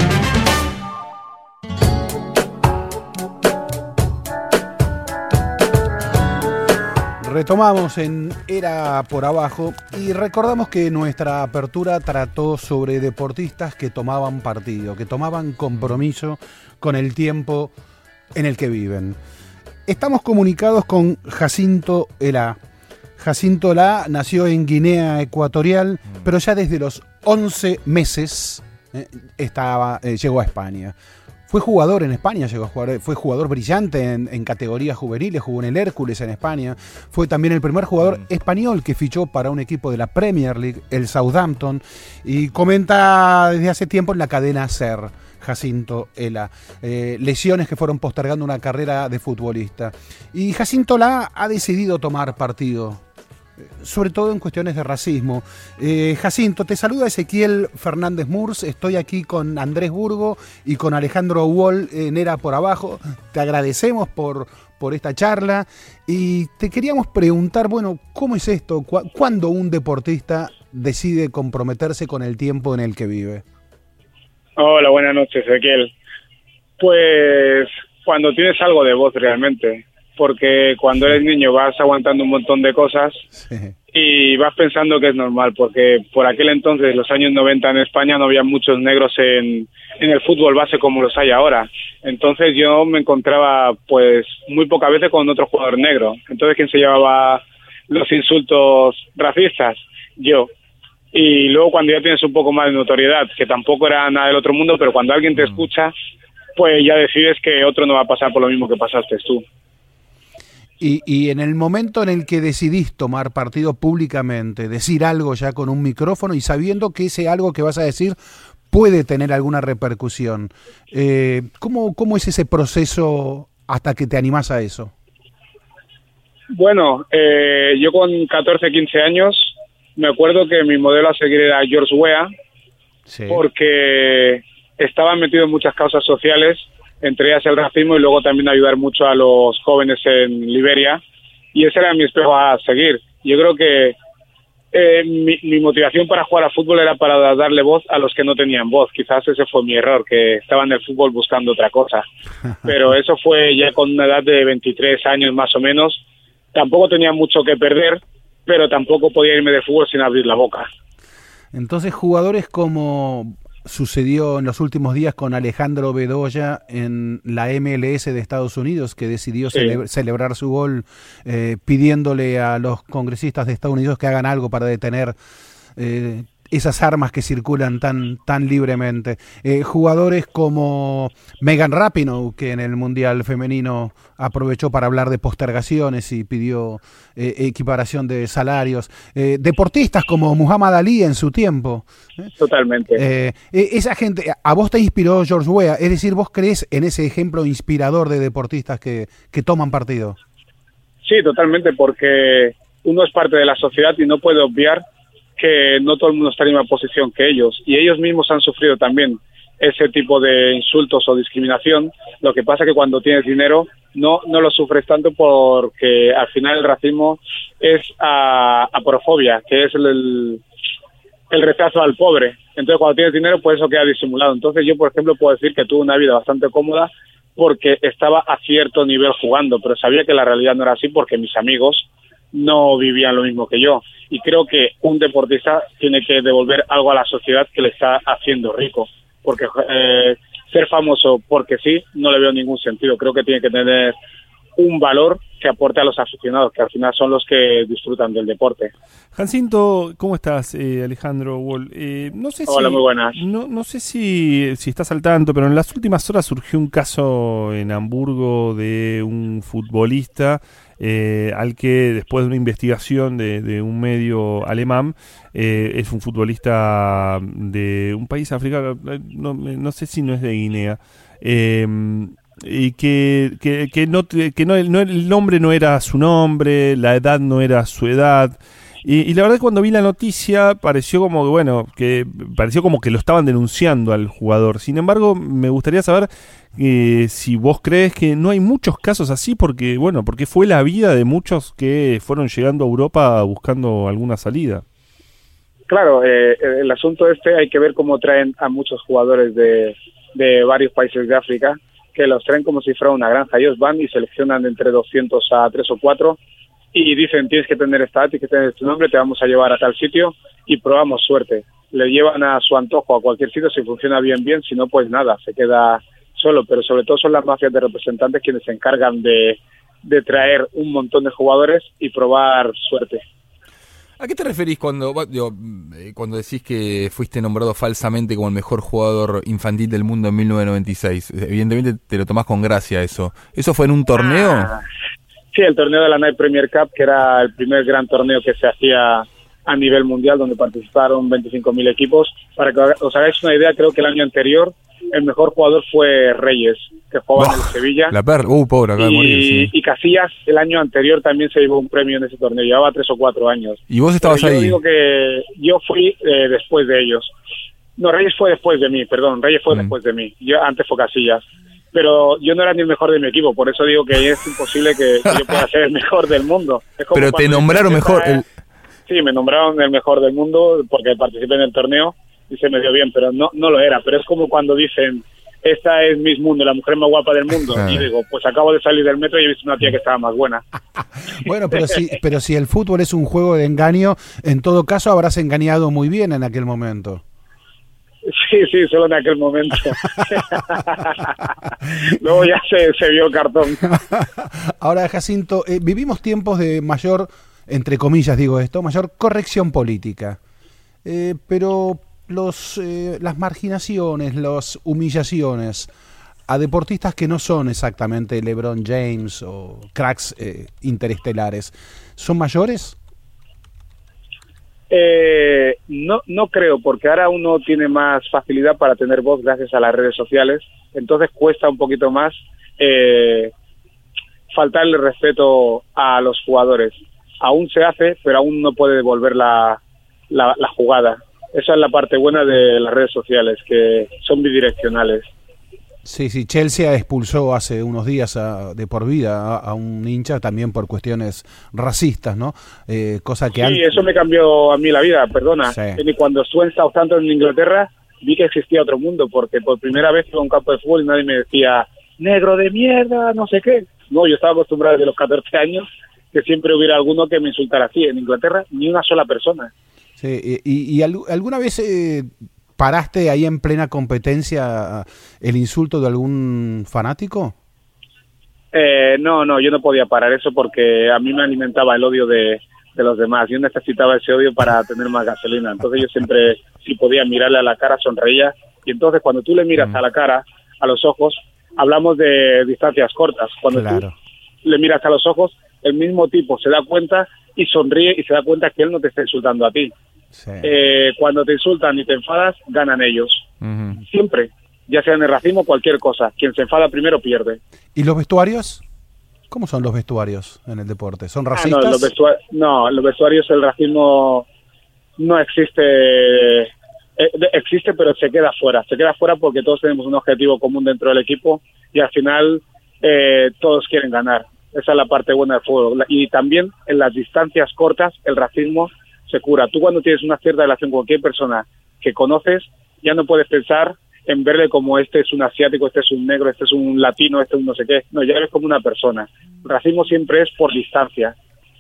Retomamos en Era por abajo y recordamos que nuestra apertura trató sobre deportistas que tomaban partido, que tomaban compromiso con el tiempo en el que viven. Estamos comunicados con Jacinto Elá. Jacinto Elá nació en Guinea Ecuatorial, pero ya desde los once meses eh, estaba, eh, llegó a España. Fue jugador en España, llegó a jugar, fue jugador brillante en, en categorías juveniles, jugó en el Hércules en España. Fue también el primer jugador mm. español que fichó para un equipo de la Premier League, el Southampton, y comenta desde hace tiempo en la cadena SER, Jacinto Elá, eh, lesiones que fueron postergando una carrera de futbolista. Y Jacinto Elá ha decidido tomar partido, sobre todo en cuestiones de racismo. Eh, Jacinto, te saluda Ezequiel Fernández Murs, estoy aquí con Andrés Burgo y con Alejandro Wall en Era por Abajo. Te agradecemos por, por esta charla y te queríamos preguntar, bueno, ¿cómo es esto? ¿Cu- ¿Cuándo un deportista decide comprometerse con el tiempo en el que vive? Hola, buenas noches, Ezequiel. Pues cuando tienes algo de voz realmente, porque cuando eres niño vas aguantando un montón de cosas sí. Y vas pensando que es normal, porque por aquel entonces, los años noventa en España, no había muchos negros en, en el fútbol base como los hay ahora. Entonces yo me encontraba pues muy pocas veces con otro jugador negro. Entonces, ¿quién se llevaba los insultos racistas? Yo. Y luego cuando ya tienes un poco más de notoriedad, que tampoco era nada del otro mundo, pero cuando alguien te escucha, pues ya decides que otro no va a pasar por lo mismo que pasaste tú. Y, y en el momento en el que decidís tomar partido públicamente, decir algo ya con un micrófono y sabiendo que ese algo que vas a decir puede tener alguna repercusión, eh, ¿cómo, cómo es ese proceso hasta que te animás a eso? Bueno, eh, yo con catorce, quince años me acuerdo que mi modelo a seguir era George Weah, sí. Porque estaba metido en muchas causas sociales, entre ellas el racismo, y luego también ayudar mucho a los jóvenes en Liberia, y ese era mi espejo a seguir. Yo creo que eh, mi, mi motivación para jugar a fútbol era para darle voz a los que no tenían voz. Quizás ese fue mi error, que estaba en el fútbol buscando otra cosa, pero eso fue ya con una edad de veintitrés años más o menos. Tampoco tenía mucho que perder, pero tampoco podía irme de fútbol sin abrir la boca. Entonces, jugadores como sucedió en los últimos días con Alejandro Bedoya en la M L S de Estados Unidos, que decidió sí. cele- celebrar su gol eh, pidiéndole a los congresistas de Estados Unidos que hagan algo para detener eh, esas armas que circulan tan, tan libremente. Eh, jugadores como Megan Rapinoe, que en el Mundial Femenino aprovechó para hablar de postergaciones y pidió eh, equiparación de salarios. Eh, deportistas como Muhammad Ali en su tiempo. ¿eh? Totalmente. Eh, esa gente, a vos te inspiró George Weah, es decir, vos crees en ese ejemplo inspirador de deportistas que, que toman partido. Sí, totalmente, porque uno es parte de la sociedad y no puede obviar que no todo el mundo está en la misma posición que ellos, y ellos mismos han sufrido también ese tipo de insultos o discriminación. Lo que pasa es que cuando tienes dinero no no lo sufres tanto, porque al final el racismo es a, aporofobia, que es el, el, el rechazo al pobre. Entonces cuando tienes dinero pues eso queda disimulado. Entonces yo, por ejemplo, puedo decir que tuve una vida bastante cómoda porque estaba a cierto nivel jugando, pero sabía que la realidad no era así, porque mis amigos no vivían lo mismo que yo. Y creo que un deportista tiene que devolver algo a la sociedad que le está haciendo rico. Porque eh, ser famoso porque sí, no le veo ningún sentido. Creo que tiene que tener un valor que aporte a los aficionados, que al final son los que disfrutan del deporte. Jacinto, ¿cómo estás? Eh, Alejandro Wall. Eh, no sé Hola, si, muy buenas. No, no sé si, si estás al tanto, pero en las últimas horas surgió un caso en Hamburgo de un futbolista eh, al que, después de una investigación de, de un medio alemán, eh, es un futbolista de un país africano, no, no sé si no es de Guinea, eh, y que, que, que, no, que no, no, el nombre no era su nombre, la edad no era su edad, y, y la verdad que cuando vi la noticia pareció como que, bueno, que pareció como que lo estaban denunciando al jugador. Sin embargo, me gustaría saber eh, si vos crees que no hay muchos casos así, porque, bueno, porque fue la vida de muchos que fueron llegando a Europa buscando alguna salida. Claro, eh, el asunto este hay que ver cómo traen a muchos jugadores de, de varios países de África, que los traen como si fuera una granja. Ellos van y seleccionan entre doscientos a tres o cuatro y dicen, tienes que tener esta edad, tienes que tener tu nombre, te vamos a llevar a tal sitio y probamos suerte. Le llevan a su antojo a cualquier sitio, si funciona bien, bien, si no, pues nada, se queda solo. Pero sobre todo son las mafias de representantes quienes se encargan de, de traer un montón de jugadores y probar suerte. ¿A qué te referís cuando, digo, cuando decís que fuiste nombrado falsamente como el mejor jugador infantil del mundo en mil novecientos noventa y seis? Evidentemente te lo tomás con gracia eso. ¿Eso fue en un torneo? Ah, sí, el torneo de la Night Premier Cup, que era el primer gran torneo que se hacía a nivel mundial, donde participaron veinticinco mil equipos. Para que os hagáis una idea, creo que el año anterior el mejor jugador fue Reyes, que jugaba oh, en el Sevilla. La perla, uh, pobre, acaba de morir. Sí. Y Casillas, el año anterior, también se llevó un premio en ese torneo, llevaba tres o cuatro años. ¿Y vos estabas Pero yo ahí? Yo digo que yo fui eh, después de ellos. No, Reyes fue después de mí, perdón, Reyes fue mm. después de mí. Yo antes fue Casillas. Pero yo no era ni el mejor de mi equipo, por eso digo que es imposible que, que yo pueda ser el mejor del mundo. Es como Pero te nombraron mejor... El... Sí, me nombraron el mejor del mundo porque participé en el torneo y se me dio bien, pero no, no lo era. Pero es como cuando dicen... Esta es Miss Mundo, la mujer más guapa del mundo. Ah. Y digo, pues acabo de salir del metro y he visto una tía que estaba más buena. Bueno, pero si, pero si el fútbol es un juego de engaño, en todo caso habrás engañado muy bien en aquel momento. Sí, sí, solo en aquel momento. Luego ya se, se vio el cartón. Ahora, Jacinto, eh, vivimos tiempos de mayor, entre comillas digo esto, mayor corrección política. Eh, pero... Los, eh, las marginaciones, las humillaciones a deportistas que no son exactamente LeBron James o cracks eh, interestelares, ¿son mayores? Eh, no, no creo, porque ahora uno tiene más facilidad para tener voz gracias a las redes sociales, entonces cuesta un poquito más eh, faltarle respeto a los jugadores. Aún se hace, pero aún no puede devolver la, la, la jugada. Esa es la parte buena de las redes sociales, que son bidireccionales. Sí, sí, Chelsea expulsó hace unos días a, de por vida a, a un hincha también por cuestiones racistas, ¿no? Eh, cosa que sí, antes... eso me cambió a mí la vida, perdona. Sí. Y cuando estuve en Southampton, en Inglaterra, vi que existía otro mundo, porque por primera vez iba a un campo de fútbol y nadie me decía, negro de mierda, no sé qué. No, yo estaba acostumbrado desde los catorce años que siempre hubiera alguno que me insultara así. En Inglaterra, ni una sola persona. Sí, y, y alguna vez eh, paraste ahí en plena competencia el insulto de algún fanático? Eh, no, no, yo no podía parar eso porque a mí me alimentaba el odio de, de los demás. Yo necesitaba ese odio para tener más gasolina. Entonces yo siempre, si podía mirarle a la cara, sonreía. Y entonces cuando tú le miras mm. a la cara, a los ojos, hablamos de distancias cortas. Cuando claro. tú le miras a los ojos, el mismo tipo se da cuenta y sonríe y se da cuenta que él no te está insultando a ti. Sí. Eh, cuando te insultan y te enfadas, ganan ellos. Uh-huh. Siempre, ya sea en el racismo o cualquier cosa. Quien se enfada primero pierde. ¿Y los vestuarios? ¿Cómo son los vestuarios en el deporte? ¿Son racistas? Ah, no, los vestuarios, no, los vestuarios, el racismo no existe. Eh, existe, pero se queda fuera. Se queda fuera porque todos tenemos un objetivo común dentro del equipo y al final eh, todos quieren ganar. Esa es la parte buena del fútbol. Y también en las distancias cortas el racismo se cura. Tú cuando tienes una cierta relación con cualquier persona que conoces, ya no puedes pensar en verle como este es un asiático, este es un negro, este es un latino, este es un no sé qué. No, ya eres como una persona. El racismo siempre es por distancia.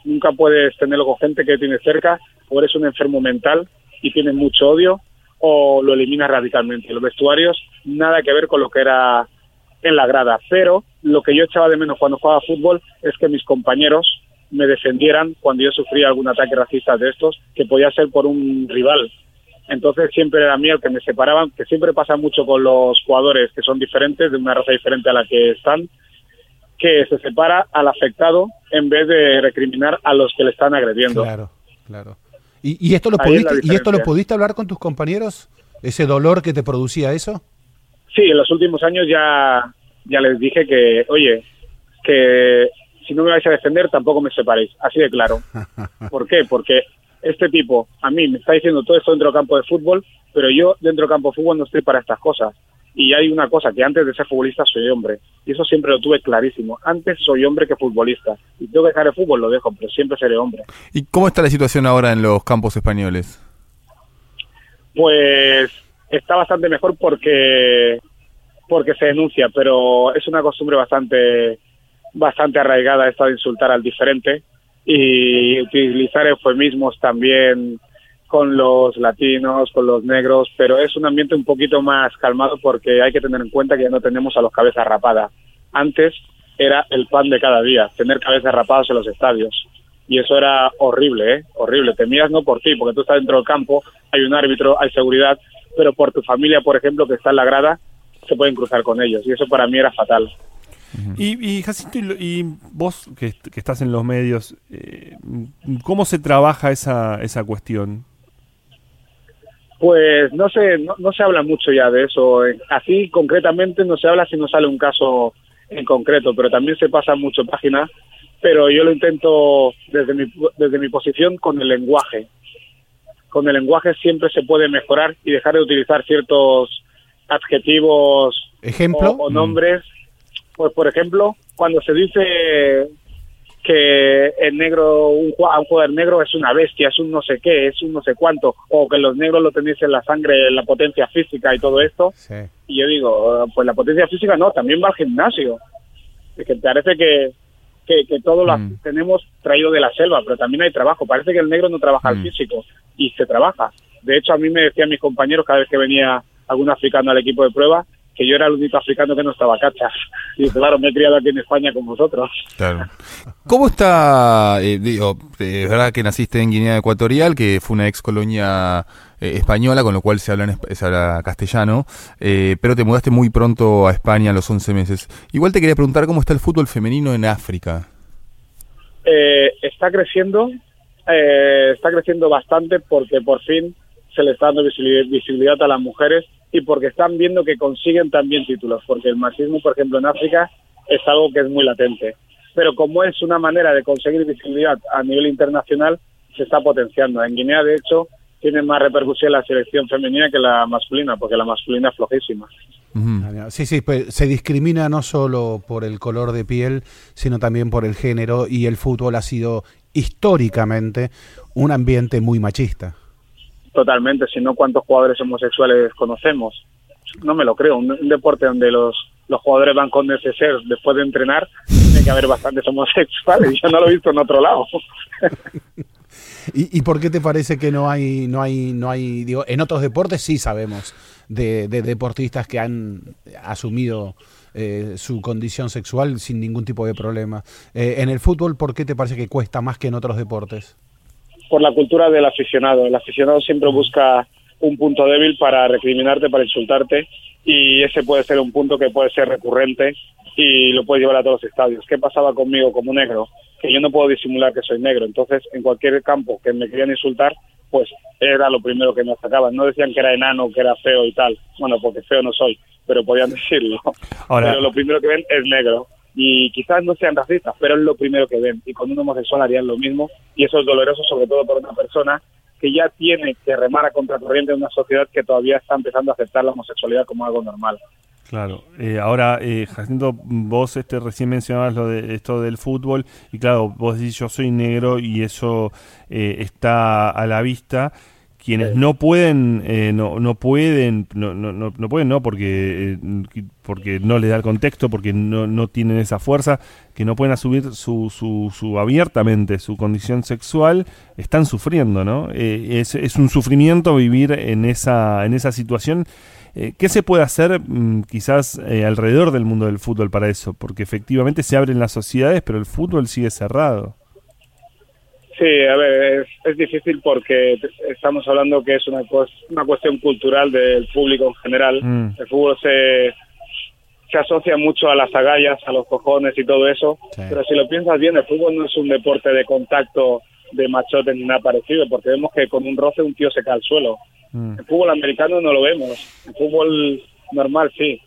Nunca puedes tenerlo con gente que tienes cerca, o eres un enfermo mental y tienes mucho odio, o lo eliminas radicalmente. Los vestuarios, nada que ver con lo que era en la grada, pero lo que yo echaba de menos cuando jugaba fútbol es que mis compañeros me defendieran cuando yo sufría algún ataque racista de estos, que podía ser por un rival. Entonces siempre era a mí el que me separaban, que siempre pasa mucho con los jugadores que son diferentes, de una raza diferente a la que están, que se separa al afectado en vez de recriminar a los que le están agrediendo. Claro, claro. ¿Y, y, esto lo Ahí es la pudiste, ¿Y esto lo diferencia. pudiste hablar con tus compañeros? ¿Ese dolor que te producía eso? Sí, en los últimos años ya, ya les dije que, oye, que si no me vais a defender tampoco me separéis, así de claro. ¿Por qué? Porque este tipo a mí me está diciendo todo esto dentro del campo de fútbol, pero yo dentro del campo de fútbol no estoy para estas cosas. Y hay una cosa, que antes de ser futbolista soy hombre, y eso siempre lo tuve clarísimo. Antes soy hombre que futbolista, y tengo que dejar el fútbol, lo dejo, pero siempre seré hombre. ¿Y cómo está la situación ahora en los campos españoles? Pues está bastante mejor porque porque se denuncia, pero es una costumbre bastante bastante arraigada esta de insultar al diferente y utilizar eufemismos también con los latinos, con los negros, pero es un ambiente un poquito más calmado porque hay que tener en cuenta que ya no tenemos a los cabezas rapadas. Antes era el pan de cada día, tener cabezas rapadas en los estadios. Y eso era horrible, ¿eh? Horrible. Temías no por ti, porque tú estás dentro del campo, hay un árbitro, hay seguridad, pero por tu familia, por ejemplo, que está en la grada, se pueden cruzar con ellos. Y eso para mí era fatal. Y, y Jacinto, y, lo- y vos que, est- que estás en los medios, eh, ¿cómo se trabaja esa, esa cuestión? Pues no sé, no, no se habla mucho ya de eso. Así concretamente no se habla si no sale un caso en concreto, pero también se pasa mucho página. Pero yo lo intento desde mi, desde mi posición con el lenguaje. Con el lenguaje siempre se puede mejorar y dejar de utilizar ciertos adjetivos ¿Ejemplo? o, o nombres. Pues por ejemplo, cuando se dice que el negro, un, ju- a un jugador negro es una bestia, es un no sé qué, es un no sé cuánto, o que los negros lo tenéis en la sangre, en la potencia física y todo esto, Sí. y yo digo, pues la potencia física no, también va al gimnasio. Es que parece que, que, que todo lo Mm. tenemos traído de la selva, pero también hay trabajo. Parece que el negro no trabaja Mm. al físico, y se trabaja. De hecho, a mí me decían mis compañeros cada vez que venía algún africano al equipo de prueba, que yo era el único africano que no estaba cachas. Y claro, me he criado aquí en España con vosotros. Claro. ¿Cómo está, eh, digo, eh, es verdad que naciste en Guinea Ecuatorial, que fue una ex colonia eh, española, con lo cual se habla, en, esp- se habla castellano, eh, pero te mudaste muy pronto a España a los once meses. Igual te quería preguntar cómo está el fútbol femenino en África. Eh, está creciendo, eh, está creciendo bastante porque por fin se le está dando visibili- visibilidad a las mujeres y porque están viendo que consiguen también títulos, porque el machismo, por ejemplo, en África es algo que es muy latente. Pero como es una manera de conseguir visibilidad a nivel internacional, se está potenciando. En Guinea, de hecho, tiene más repercusión la selección femenina que la masculina, porque la masculina es flojísima. Ujú. Sí, sí, pues se discrimina no solo por el color de piel, sino también por el género, y el fútbol ha sido históricamente un ambiente muy machista. Totalmente, si no, ¿cuántos jugadores homosexuales conocemos? No me lo creo. Un, un deporte donde los, los jugadores van con neceser después de entrenar, tiene que haber bastantes homosexuales. Yo no lo he visto en otro lado. ¿Y, y por qué te parece que no hay, no hay, no hay, digo, en otros deportes sí sabemos de, de deportistas que han asumido eh, su condición sexual sin ningún tipo de problema? Eh, en el fútbol, ¿por qué te parece que cuesta más que en otros deportes? Por la cultura del aficionado. El aficionado siempre busca un punto débil para recriminarte, para insultarte, y ese puede ser un punto que puede ser recurrente y lo puedes llevar a todos los estadios. ¿Qué pasaba conmigo como negro? Que yo no puedo disimular que soy negro. Entonces, en cualquier campo que me querían insultar, pues era lo primero que me atacaban. No decían que era enano, que era feo y tal. Bueno, porque feo no soy, pero podían decirlo. Ahora- Pero lo primero que ven es negro. Y quizás no sean racistas, pero es lo primero que ven. Y con un homosexual harían lo mismo. Y eso es doloroso, sobre todo para una persona que ya tiene que remar a contracorriente en una sociedad que todavía está empezando a aceptar la homosexualidad como algo normal. Claro, eh, ahora eh, Jacinto, vos este recién mencionabas lo de esto del fútbol y claro, vos decís yo soy negro y eso eh, está a la vista. quienes no pueden, eh, no, no pueden, no, no, no, no pueden, no, porque, eh, porque no les da el contexto, porque no, no tienen esa fuerza, que no pueden asumir su, su, su abiertamente su condición sexual, están sufriendo, ¿no? Eh, es, es un sufrimiento vivir en esa, en esa situación. Eh, ¿Qué se puede hacer mm, quizás eh, alrededor del mundo del fútbol para eso? Porque efectivamente se abren las sociedades, pero el fútbol sigue cerrado. Sí, a ver, es, es difícil porque estamos hablando que es una, una cuestión cultural del público en general. Mm. El fútbol se, se asocia mucho a las agallas, a los cojones y todo eso, sí. Pero si lo piensas bien, el fútbol no es un deporte de contacto, de machote ni nada parecido, porque vemos que con un roce un tío se cae al suelo. Mm. El fútbol americano no lo vemos, el fútbol normal sí.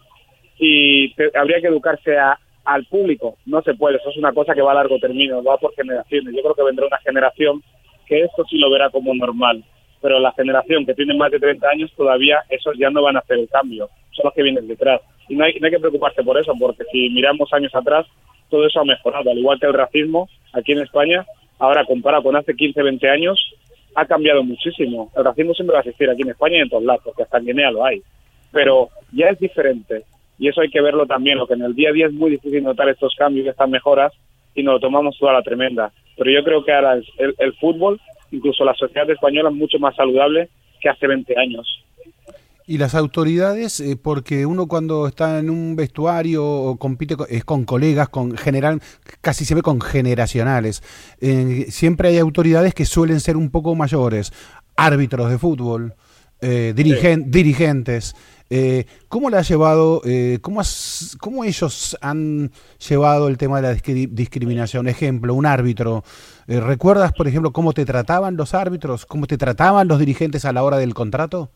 Y te, habría que educarse a al público, no se puede, eso es una cosa que va a largo término, va por generaciones. Yo creo que vendrá una generación que esto sí lo verá como normal, pero la generación que tiene más de treinta años todavía esos ya no van a hacer el cambio, son los que vienen detrás. Y no hay, no hay que preocuparse por eso, porque si miramos años atrás, todo eso ha mejorado, al igual que el racismo aquí en España, ahora comparado con hace quince, veinte años, ha cambiado muchísimo. El racismo siempre va a existir aquí en España y en todos lados, porque hasta en Guinea lo hay, pero ya es diferente. Y eso hay que verlo también, lo que en el día a día es muy difícil notar estos cambios y estas mejoras y nos lo tomamos toda la tremenda. Pero yo creo que ahora el, el, el fútbol, incluso la sociedad española, es mucho más saludable que hace veinte años. Y las autoridades, eh, porque uno cuando está en un vestuario o compite con, es con colegas, con general, casi se ve con generacionales, eh, siempre hay autoridades que suelen ser un poco mayores, árbitros de fútbol, eh, dirigen, sí. dirigentes. Eh, ¿Cómo le ha llevado, eh, cómo, has, cómo ellos han llevado el tema de la discri- discriminación? Ejemplo, un árbitro. Eh, ¿Recuerdas, por ejemplo, cómo te trataban los árbitros? ¿Cómo te trataban los dirigentes a la hora del contrato?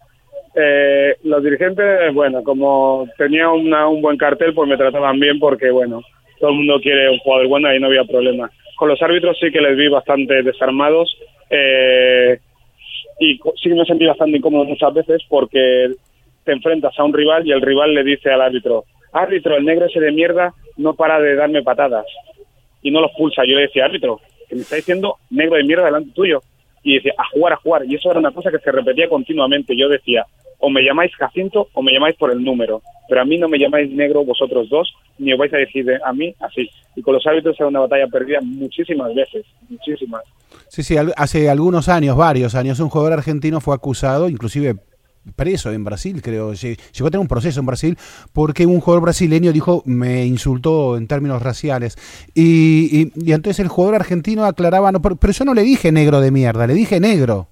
Eh, los dirigentes, bueno, como tenía una, un buen cartel, pues me trataban bien porque, bueno, todo el mundo quiere un jugador bueno y no había problema. Con los árbitros sí que les vi bastante desarmados eh, y sí que me sentí bastante incómodo muchas veces porque te enfrentas a un rival y el rival le dice al árbitro, árbitro, el negro ese de mierda no para de darme patadas y no los pulsa. Yo le decía, árbitro, que me está diciendo negro de mierda delante tuyo, y decía, a jugar, a jugar, y eso era una cosa que se repetía continuamente. Yo decía, o me llamáis Jacinto o me llamáis por el número, pero a mí no me llamáis negro vosotros dos, ni os vais a decir a mí así. Y con los árbitros era una batalla perdida muchísimas veces, muchísimas. Sí, sí, hace algunos años, varios años, un jugador argentino fue acusado, inclusive preso en Brasil, creo, llegó a tener un proceso en Brasil porque un jugador brasileño dijo, me insultó en términos raciales, y, y, y entonces el jugador argentino aclaraba, no, pero, pero yo no le dije negro de mierda, le dije negro.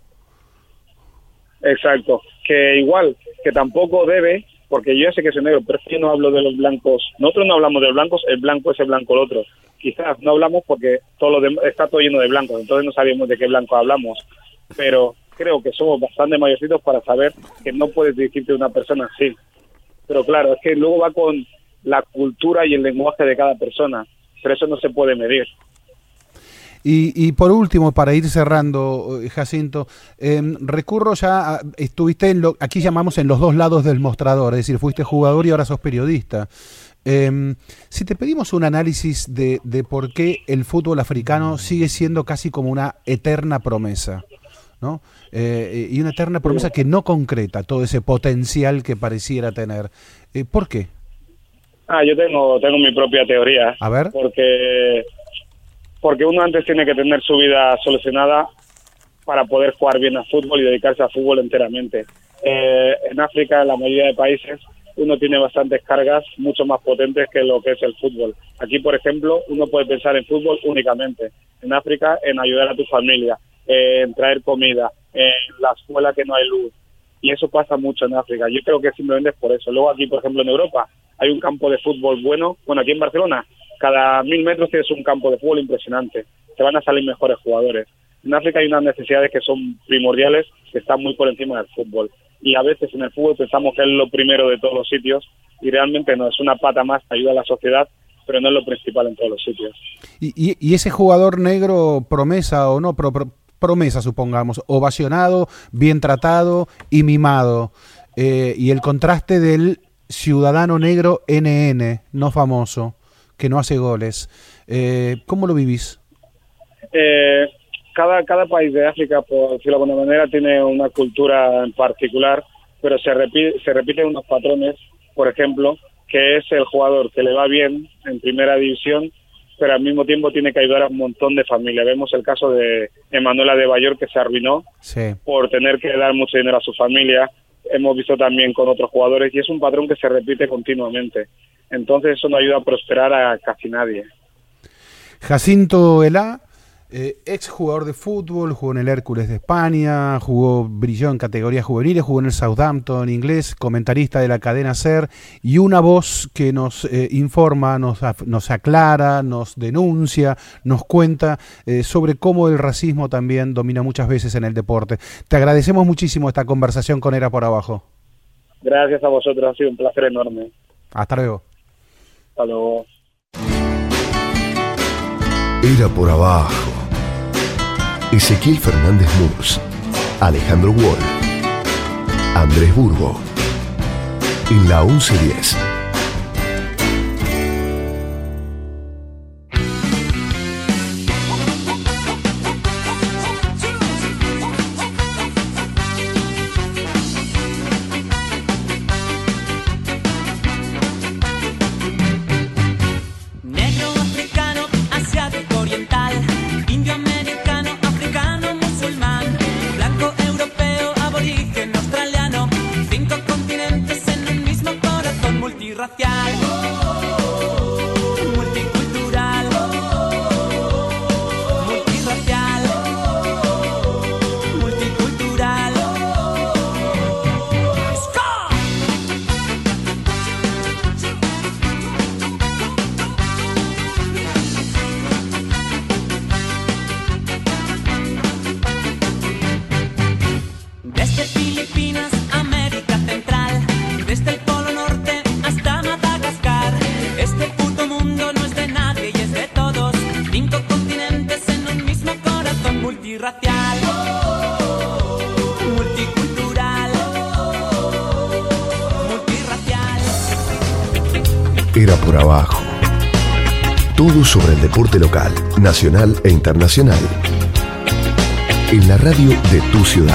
Exacto, que igual, que tampoco debe, porque yo ya sé que soy negro, pero es que yo no hablo de los blancos, nosotros no hablamos de los blancos, el blanco es el blanco el otro, quizás no hablamos porque todo lo de, está todo lleno de blancos, entonces no sabemos de qué blanco hablamos, pero creo que somos bastante mayorcitos para saber que no puedes dirigirte a una persona así. Pero claro, es que luego va con la cultura y el lenguaje de cada persona, pero eso no se puede medir. Y, y por último, para ir cerrando, Jacinto, eh, recurro ya, a, estuviste en lo, aquí llamamos en los dos lados del mostrador, es decir, fuiste jugador y ahora sos periodista. Eh, si te pedimos un análisis de, de por qué el fútbol africano sigue siendo casi como una eterna promesa, ¿no? Eh, y una eterna promesa que no concreta todo ese potencial que pareciera tener. Eh, ¿Por qué? Ah, yo tengo tengo mi propia teoría. A ver. Porque, porque uno antes tiene que tener su vida solucionada para poder jugar bien al fútbol y dedicarse al fútbol enteramente. Eh, en África, en la mayoría de países, uno tiene bastantes cargas mucho más potentes que lo que es el fútbol. Aquí, por ejemplo, uno puede pensar en fútbol únicamente. En África, en ayudar a tu familia, en traer comida, en la escuela que no hay luz. Y eso pasa mucho en África. Yo creo que simplemente es por eso. Luego aquí, por ejemplo, en Europa, hay un campo de fútbol bueno. Bueno, aquí en Barcelona, cada mil metros tienes un campo de fútbol impresionante. Te van a salir mejores jugadores. En África hay unas necesidades que son primordiales, que están muy por encima del fútbol. Y a veces en el fútbol pensamos que es lo primero de todos los sitios, y realmente no, es una pata más, ayuda a la sociedad, pero no es lo principal en todos los sitios. Y, y, y ese jugador negro, promesa o no, pro, pro, promesa supongamos, ovacionado, bien tratado y mimado, eh, y el contraste del ciudadano negro N N, no famoso, que no hace goles, eh, ¿cómo lo vivís? Eh, cada, cada país de África, por decirlo de alguna manera, tiene una cultura en particular, pero se repite, se repiten unos patrones, por ejemplo, que es el jugador que le va bien en primera división, pero al mismo tiempo tiene que ayudar a un montón de familias. Vemos el caso de Emmanuel Adebayor, que se arruinó Sí. por tener que dar mucho dinero a su familia. Hemos visto también con otros jugadores, y es un patrón que se repite continuamente. Entonces eso no ayuda a prosperar a casi nadie. Jacinto Elá, eh, ex jugador de fútbol, jugó en el Hércules de España, jugó, brilló en categorías juveniles, jugó en el Southampton inglés, comentarista de la cadena SER, y una voz que nos eh, informa, nos, af- nos aclara, nos denuncia, nos cuenta eh, sobre cómo el racismo también domina muchas veces en el deporte. Te agradecemos muchísimo esta conversación con Era por Abajo. Gracias a vosotros, ha sido un placer enorme. Hasta luego. Hasta luego. Era por Abajo. Ezequiel Fernández Murs, Alejandro Wall, Andrés Burgo. En la once diez. Negro, africano, asiático, oriental, indio, americano, africano, musulmán, blanco, europeo, aborigen, australiano, cinco continentes en un mismo corazón multirracial, multicultural, multirracial, multicultural. ¡Ska! Desde Filipinas, América Central, desde el Polo Norte hasta Madagascar, este puto mundo no es de nadie y es de todos. Cinco continentes en un mismo corazón multirracial, multicultural, multirracial. Era por Abajo. Todo sobre el deporte local, nacional e internacional. En la radio de tu ciudad.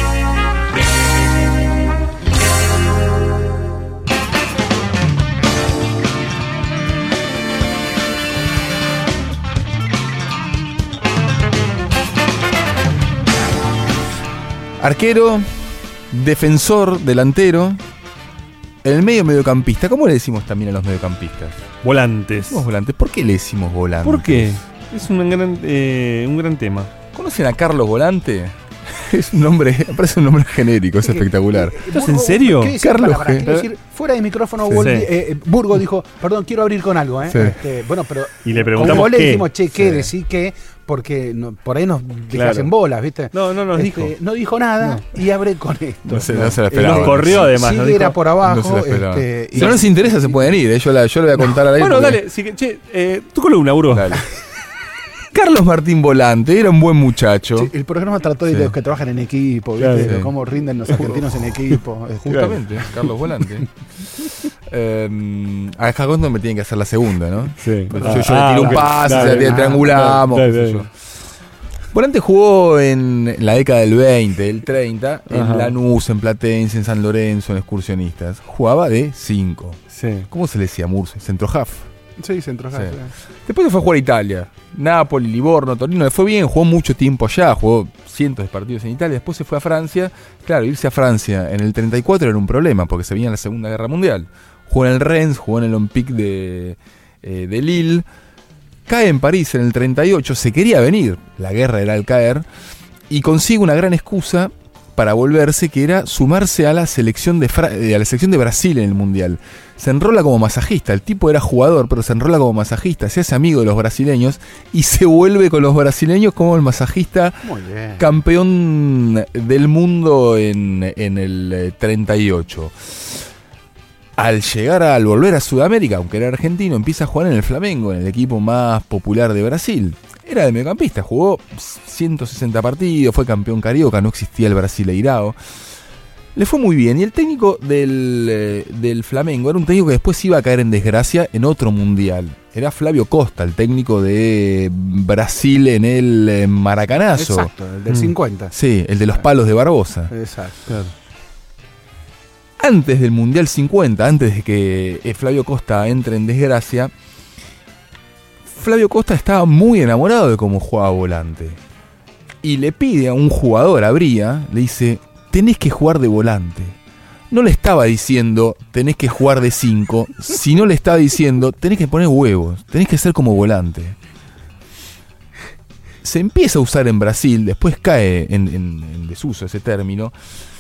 Arquero, defensor, delantero. En el medio, mediocampista. ¿Cómo le decimos también a los mediocampistas? Volantes. Decimos volantes. ¿Por qué le decimos volantes? ¿Por qué? Es un gran, eh, un gran tema. ¿Conocen a Carlos Volante? Es un nombre, parece un nombre genérico, es espectacular. ¿Estás en serio? ¿Qué dice? Carlos Para, para, G. quiero decir, fuera de micrófono, Sí. Wall- Sí. eh, Burgo dijo, perdón, quiero abrir con algo. ¿eh? Sí. Este, bueno, pero Y le como preguntamos vos le qué. dijimos, che, ¿qué? Sí. Decí qué, porque no- por ahí nos dejas Claro. en bolas, ¿viste? No, no nos Este, dijo. No dijo nada y abre con esto. No se, no se la Eh, esperaba. Nos corrió además. Sí, nos era dijo. por No abajo. se la esperaba. este, Si no les interesa, se pueden ir. eh. Yo, la, yo le voy a contar a la Bueno, dale. Sí, que- che, eh, tu columna, Burgo. Dale. Carlos Martín Volante era un buen muchacho. Sí, el programa trató de Sí. los que trabajan en equipo, ¿viste? Claro, De sí. cómo rinden los argentinos en equipo. este. Justamente, Carlos Volante. eh, a Jacondo me tienen que hacer la segunda, ¿no? Sí. Yo, Ah, yo le tiro ah, un ok. pase, Dale, se la ah, triangulamos. dale, qué sé dale. yo. Volante jugó en la década del veinte, del treinta, en Ajá. Lanús, en Platense, en San Lorenzo, en Excursionistas. Jugaba de cinco. Sí. ¿Cómo se le decía a Murcia? Centro-half. Sí, centro. Sí. Después se fue a jugar a Italia. Napoli, Livorno, Torino. Le fue bien, jugó mucho tiempo allá, jugó cientos de partidos en Italia. Después se fue a Francia. Claro, irse a Francia en el treinta y cuatro era un problema porque se venía la Segunda Guerra Mundial. Jugó en el Rennes, jugó en el Olympique de, eh, de Lille. Cae en París en el treinta y ocho, se quería venir, la guerra era al caer, y consigue una gran excusa para volverse, que era sumarse a la selección de, Fra- eh, a la selección de Brasil en el Mundial. Se enrola como masajista, el tipo era jugador, pero se enrola como masajista, se hace amigo de los brasileños y se vuelve con los brasileños como el masajista Muy bien. campeón del mundo en, en el eh, treinta y ocho. Al llegar, al volver a Sudamérica, aunque era argentino, empieza a jugar en el Flamengo, en el equipo más popular de Brasil. Era de mediocampista, jugó ciento sesenta partidos, fue campeón carioca, no existía el Brasileirao. Le fue muy bien. Y el técnico del, eh, del Flamengo era un técnico que después iba a caer en desgracia en otro mundial. Era Flavio Costa, el técnico de Brasil en el eh, Maracanazo. Exacto, el del Mm. cincuenta. Sí, el de los palos de Barbosa. Exacto. Claro. Antes del Mundial cincuenta, antes de que eh, Flavio Costa entre en desgracia, Flavio Costa estaba muy enamorado de cómo jugaba volante. Y le pide a un jugador, a Bría, le dice, tenés que jugar de volante. No le estaba diciendo, tenés que jugar de cinco, sino le estaba diciendo, tenés que poner huevos, tenés que ser como volante. Se empieza a usar en Brasil, después cae en, en, en desuso ese término,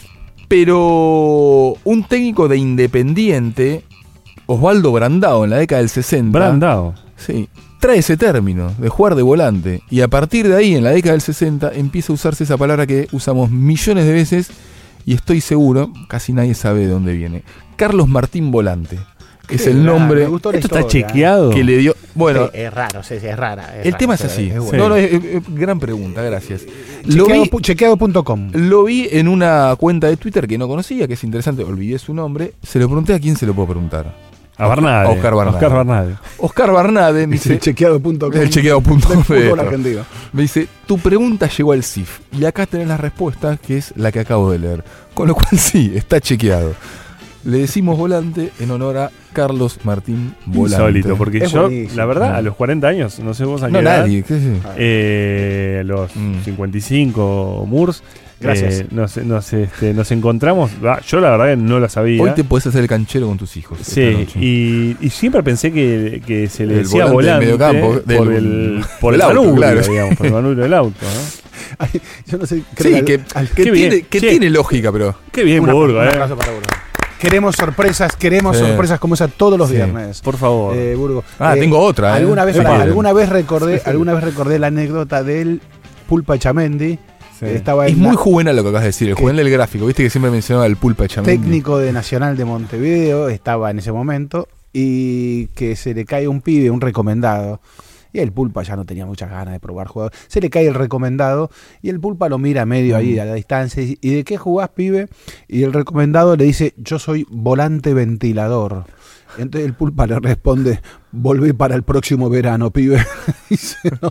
pero un técnico de Independiente, Osvaldo Brandao, en la década del sesenta... Brandao. Sí, trae ese término de jugar de volante. Y a partir de ahí, en la década del sesenta, empieza a usarse esa palabra que usamos millones de veces y estoy seguro, casi nadie sabe de dónde viene. Carlos Martín Volante. Que es el nombre. ¿Esto está chequeado? Que le dio. Bueno, Sí, es raro, sí, sí, es rara. es el rara, tema es pero así. es No, bueno. no, es- es- es- gran pregunta, gracias. Lo Chequeado vi, pu- Chequeado punto com. lo vi en una cuenta de Twitter que no conocía, que es interesante, olvidé su nombre. Se lo pregunté a quién se lo puedo preguntar. A Barnade. A Oscar Barnade. Oscar Barnade. Oscar Barnade me dice. Chequeado punto com. El chequeado punto com. Del fútbol argentino. Me dice, tu pregunta llegó al C I F. Y acá tenés la respuesta, que es la que acabo de leer. Con lo cual sí, está chequeado. Le decimos volante en honor a Carlos Martín Volante. Insólito, porque Es yo, buenísimo. la verdad, a los cuarenta años, no sé vos a qué No, edad, nadie. ¿Qué sé? eh, a los Mm. cincuenta y cinco Murs, Gracias. eh, nos, nos, este, nos encontramos, ah, yo la verdad que no la sabía. Hoy te podés hacer el canchero con tus hijos. esta Sí, noche. y, y siempre pensé que, que se le El decía volante del volante, mediocampo, del- por el, por del el auto, manubrio, claro. digamos, por el manubrio del auto, ¿no? Ay, yo no sé. creo Sí, que, al- que qué bien. tiene, que Che. tiene lógica, pero. Qué bien, una- Burgo, un eh. abrazo para Burgo. Queremos sorpresas, queremos Sí. sorpresas como esa todos los Sí. viernes. Por favor. Eh, Burgo. Ah, Eh, tengo otra. ¿eh? Alguna vez, Epa. pará, alguna vez recordé, alguna vez recordé la anécdota del Pulpa Echamendi. Sí. Estaba Es en muy la- juvenil lo que acabas de decir, el ¿Qué? juvenil del gráfico. Viste que siempre mencionaba el Pulpa Echamendi. técnico de Nacional de Montevideo, estaba en ese momento, y que se le cae un pibe, un recomendado. Y el Pulpa ya no tenía muchas ganas de probar jugadores. Se le cae el recomendado y el Pulpa lo mira medio ahí a la distancia. Y ¿y de qué jugás, pibe? Y el recomendado le dice, yo soy volante ventilador. Entonces el Pulpa le responde, volvé para el próximo verano, pibe. Dice, no,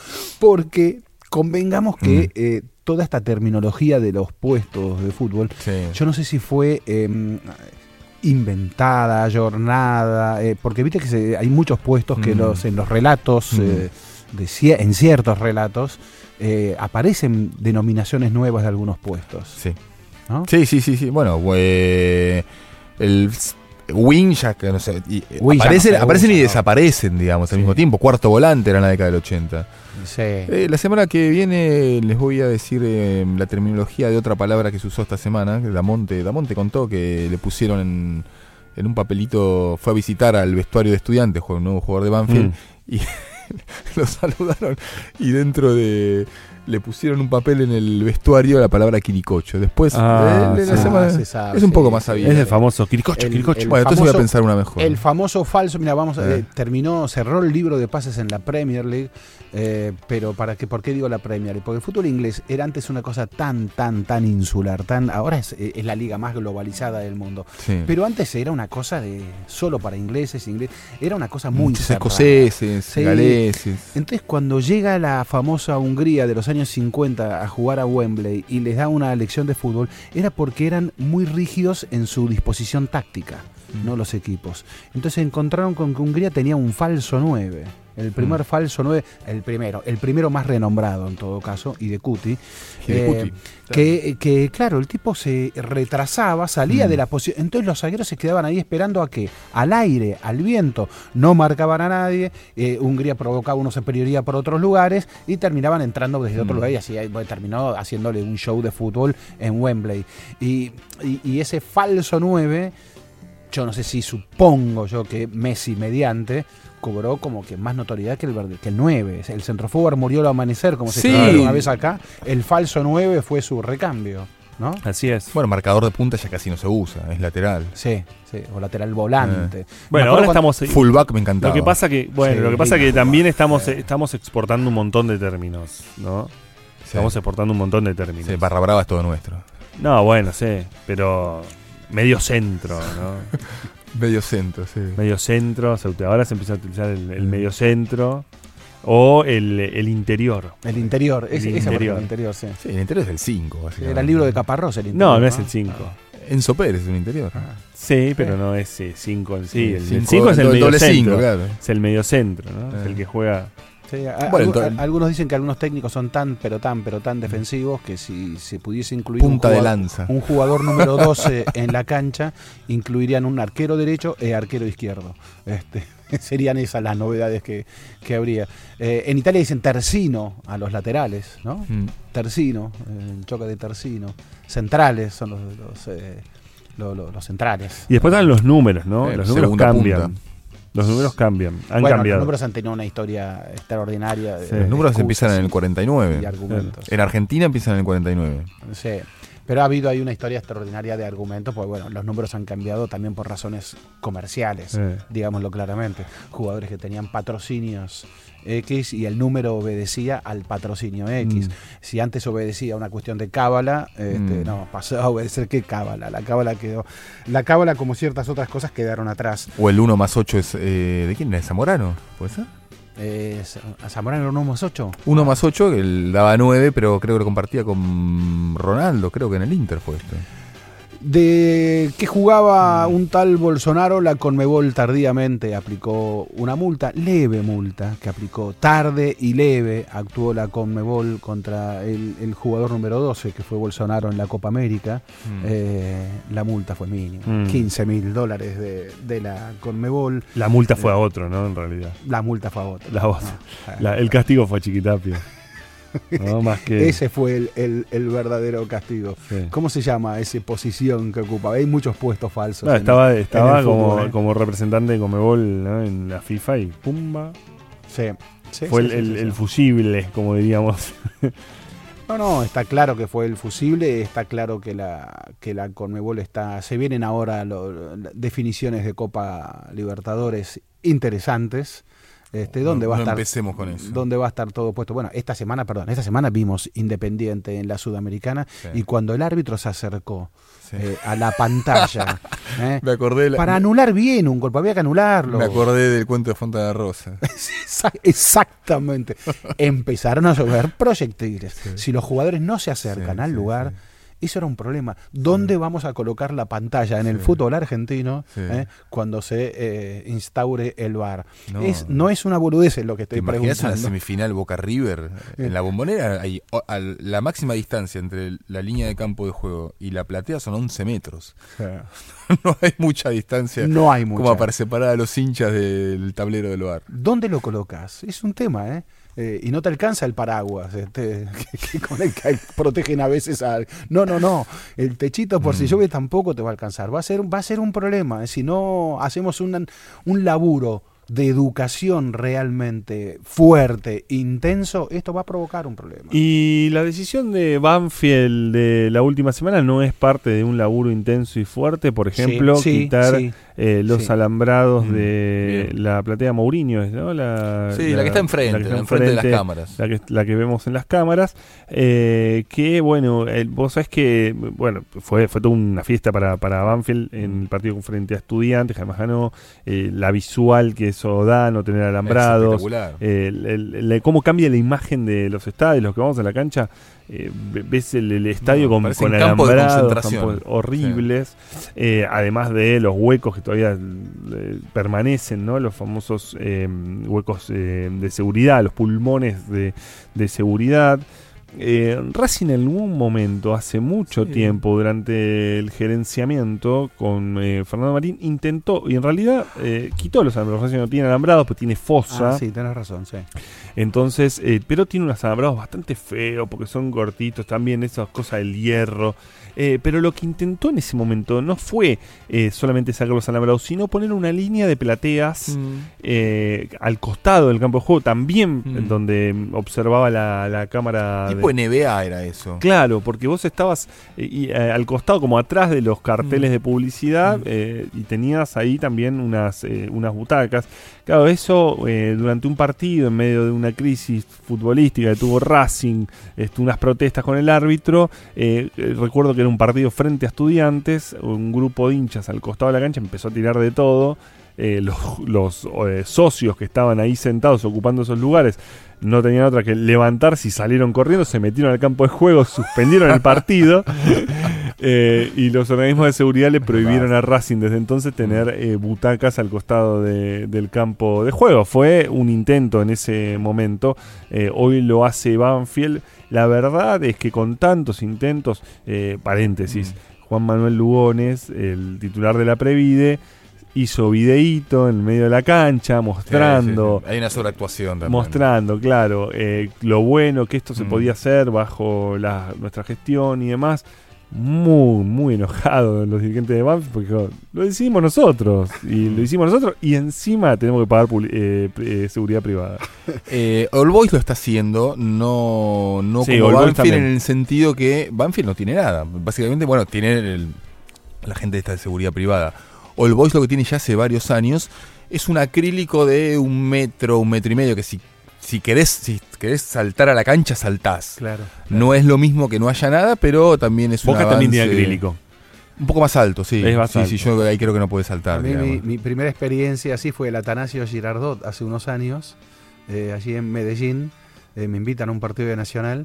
porque convengamos que Mm. eh, toda esta terminología de los puestos de fútbol, Sí. yo no sé si fue eh, inventada, ayornada, eh, porque viste que se- hay muchos puestos que Mm. los en los relatos, Mm. eh, de cie- en ciertos relatos, eh, aparecen denominaciones nuevas de algunos puestos. Sí. ¿no? Sí, sí, sí, sí. Bueno, eh, el s- wing ya que no sé, y, eh, Wing ya aparecen, no se aparecen y usa, ¿no? desaparecen, digamos, al Sí. mismo tiempo. Cuarto volante era en la década del ochenta. Sí. Eh, la semana que viene les voy a decir eh, la terminología de otra palabra que se usó esta semana. que Damonte, Damonte contó que le pusieron en, en un papelito, fue a visitar al vestuario de estudiantes, un nuevo jugador de Banfield, Mm. y lo saludaron y dentro de... le pusieron un papel en el vestuario la palabra quiricocho. Después, Ah, de- de la sí. semana- Ah, se sabe, es un sí, poco más sí. sabido. Es el famoso Quiricocho, El- Quiricocho. el Bueno, entonces voy a famoso- pensar una mejor. El famoso falso, mira, vamos, a Eh. eh, terminó, cerró el libro de pases en la Premier League, eh, pero para qué, ¿por qué digo la Premier League? Porque el fútbol inglés era antes una cosa tan, tan, tan insular, tan, ahora es, es la liga más globalizada del mundo, Sí. pero antes era una cosa de solo para ingleses, inglés, era una cosa muy Muchos cerrada. escoceses, Sí. galeses. Entonces cuando llega la famosa Hungría de los años cincuenta a jugar a Wembley y les da una lección de fútbol, era porque eran muy rígidos en su disposición táctica, Mm. no los equipos. Entonces encontraron con que Hungría tenía un falso nueve. El primer Mm. falso nueve, el primero, el primero más renombrado en todo caso, y de Cuti, Hidecuti, que, que claro, el tipo se retrasaba, salía Mm. de la posición, entonces los zagueros se quedaban ahí esperando a que al aire, al viento, no marcaban a nadie, eh, Hungría provocaba una superioridad por otros lugares y terminaban entrando desde otro Mm. lugar y así eh, bueno, terminó haciéndole un show de fútbol en Wembley. Y, y, y ese falso nueve, yo no sé si supongo yo que Messi mediante cobró como que más notoriedad que el verde, que el nueve. El centroforward murió al amanecer, como se Sí. escribió una vez acá. El falso nueve fue su recambio, ¿no? Así es. Bueno, marcador de punta ya casi no se usa, es lateral. Sí, sí, o lateral volante. Bueno, Me ahora acuerdo cuando- estamos... Fullback me encantaba. Lo que pasa que, bueno, Sí, lo que pasa lindo. que también estamos, estamos exportando un montón de términos, ¿no? Sí. Estamos exportando un montón de términos. Sí, Barra Brava es todo nuestro. No, bueno, sí, pero medio centro, ¿no? Medio centro, sí. Medio centro, o sea, ahora se empieza a utilizar el, el medio centro o el, el interior. El interior, el ese, interior. el interior, sí. Sí, el interior es el cinco, básicamente. Era el libro de Caparrós, el interior. No, no, no es el cinco. Enzo Pérez es un interior. Ah. Sí, pero no es cinco en sí. El cinco, cinco es el medio doble centro. cinco, claro. Es el medio centro, ¿no? Ah. Es el que juega. Sí, a, bueno, a, entonces, a, algunos dicen que algunos técnicos son tan, pero tan, pero tan defensivos que si se pudiese incluir punta un de jugador, lanza. un jugador número doce en la cancha, incluirían un arquero derecho e arquero izquierdo. Este, serían esas las novedades que, que habría. Eh, en Italia dicen terzino a los laterales, ¿no? Mm. Terzino, el choque de terzino. Centrales son los, los, eh, los, los, los centrales. Y después están los números, ¿no? Eh, los números segunda cambian. punta. Los números cambian, han bueno, cambiado. Los números han tenido una historia extraordinaria. De, Sí. Los números de empiezan en el cuarenta y nueve. y argumentos. En Argentina empiezan en el cuarenta y nueve. Sí, pero ha habido ahí una historia extraordinaria de argumentos, porque bueno, los números han cambiado también por razones comerciales, Sí. digámoslo claramente. Jugadores que tenían patrocinios X y el número obedecía al patrocinio X. Mm. Si antes obedecía a una cuestión de cábala, este, Mm. no, pasó a obedecer qué cábala. La cábala quedó. La cábala, como ciertas otras cosas, quedaron atrás. O el uno más ocho es. Eh, ¿De quién es? ¿Zamorano? ¿Puede ser? Eh, ¿A Zamorano era uno más ocho? uno más ocho, que él daba nueve, pero creo que lo compartía con Ronaldo, creo que en el Inter fue este. De que jugaba un tal Bolsonaro, la Conmebol tardíamente aplicó una multa, leve multa, que aplicó tarde y leve, actuó la Conmebol contra el, el jugador número doce, que fue Bolsonaro en la Copa América. Mm. Eh, la multa fue mínima, Mm. quince mil dólares de, de la Conmebol. La multa fue a otro, ¿no? En realidad. La multa fue a otro. La otra. No, La- el castigo fue a Chiquitapia. No, más que. Ese fue el, el- el verdadero castigo. Sí. ¿Cómo se llama esa posición que ocupaba? Hay muchos puestos falsos. No, en estaba el- estaba en el como, fútbol, ¿eh? como representante de Conmebol, ¿no? En la FIFA y pumba. Sí, sí, Fue sí, el, sí, el- sí, sí. el fusible, como diríamos. No, no, está claro que fue el fusible, está claro que la que la Conmebol está. Se vienen ahora lo- lo- definiciones de Copa Libertadores interesantes. Este, ¿dónde No- va a no estar? empecemos con eso. ¿Dónde va a estar todo puesto? Bueno, esta semana, perdón, esta semana vimos Independiente en la Sudamericana Sí. y cuando el árbitro se acercó Sí. eh, a la pantalla ¿eh? Me acordé de la- para anular bien un golpe, había que anularlo. Me acordé del cuento de Fontana Rosa. Exa- Exactamente. Empezaron a llover proyectiles. Sí. Si los jugadores no se acercan Sí, al sí, lugar, sí. eso era un problema. ¿Dónde vamos a colocar la pantalla en el Sí. fútbol argentino Sí. eh, cuando se eh, instaure el V A R? No. Es, no es una boludez lo que ¿Te estoy imaginas una preguntando. semifinal Boca River? En la Bombonera hay o- al- la máxima distancia entre la línea de campo de juego y la platea son once metros. No hay mucha distancia No hay mucha. como para separar a los hinchas del tablero del bar. ¿Dónde lo colocas? Es un tema, ¿eh? Eh, y no te alcanza el paraguas este, que, que con el que protegen a veces a... No, no, no. El techito por si llueve tampoco te va a alcanzar. Va a ser, va a ser un problema. ¿eh? Si no hacemos un, un laburo de educación realmente fuerte, intenso, esto va a provocar un problema. Y la decisión de Banfield de la última semana no es parte de un laburo intenso y fuerte, por ejemplo, Sí, sí, quitar sí. eh, los Sí. alambrados Mm, de bien. la platea Mourinho, ¿no? La, Sí, la que está enfrente, la enfrente de las cámaras. La que, la que vemos en las cámaras. eh, que, bueno, el, vos sabés que, bueno, fue, fue toda una fiesta para, para Banfield en el partido frente a Estudiantes, que además ganó. eh, la visual que eso da, no tener alambrados. espectacular. eh, el- el- el- cómo cambia la imagen de los estadios, los que vamos a la cancha. eh, ve- ves el, el estadio No, con, parecen con campos de alambrados, concentración. campos horribles, eh, además de los huecos que todavía eh, permanecen, ¿no? Los famosos eh, huecos eh, de seguridad, los pulmones de, de seguridad. Eh, Racing en algún momento, hace mucho Sí. tiempo, durante el gerenciamiento con eh, Fernando Marín, intentó, y en realidad eh, quitó los alambrados. Racing no tiene alambrados, pues tiene fosa. Ah, sí, tenés razón, sí. Entonces, eh, pero tiene unos alambrados bastante feos porque son cortitos, también esas cosas del hierro. Eh, pero lo que intentó en ese momento no fue eh, solamente sacar los alambrados, sino poner una línea de plateas Mm. eh, al costado del campo de juego, también Mm. donde observaba la, la cámara Y Tipo N B A era eso. Claro, porque vos estabas eh, y, eh, al costado, como atrás de los carteles Mm. de publicidad, Mm. eh, y tenías ahí también unas, eh, unas butacas. Claro, eso eh, durante un partido, en medio de una crisis futbolística que tuvo Racing, este, unas protestas con el árbitro, eh, eh, recuerdo que era un partido frente a Estudiantes, un grupo de hinchas al costado de la cancha empezó a tirar de todo. Eh, los los eh, socios que estaban ahí sentados ocupando esos lugares no tenían otra que levantarse y salieron corriendo, se metieron al campo de juego, suspendieron el partido eh, y los organismos de seguridad le prohibieron a Racing desde entonces tener eh, butacas al costado de, del campo de juego. Fue un intento en ese momento, eh, hoy lo hace Banfield. La verdad es que con tantos intentos, eh, paréntesis, Juan Manuel Lugones, el titular de la Previde, hizo videíto en medio de la cancha mostrando. Sí, sí, sí. Hay una sobreactuación también. Mostrando, claro, eh, lo bueno que esto se Mm. podía hacer bajo la, nuestra gestión y demás. Muy, muy enojado los dirigentes de Banfield porque dijo, lo hicimos nosotros. Y lo hicimos nosotros y encima tenemos que pagar publi- eh, eh, seguridad privada. Eh, All Boys lo está haciendo, no, no Sí, como All Boys Banfield, también. en el sentido que Banfield no tiene nada. Básicamente, bueno, tiene el- la gente esta de seguridad privada. All Boys lo que tiene ya hace varios años es un acrílico de un metro, un metro y medio, que si, si querés, si querés saltar a la cancha, saltás. Claro. No es lo mismo que no haya nada, pero también es un Boca también tiene avance- acrílico. Un poco más alto, sí. Es más sí, alto. sí, yo ahí creo que no puede saltar. A mí mi, digamos. mi primera experiencia así fue el Atanasio Girardot hace unos años, eh, allí en Medellín. Eh, me invitan a un partido de Nacional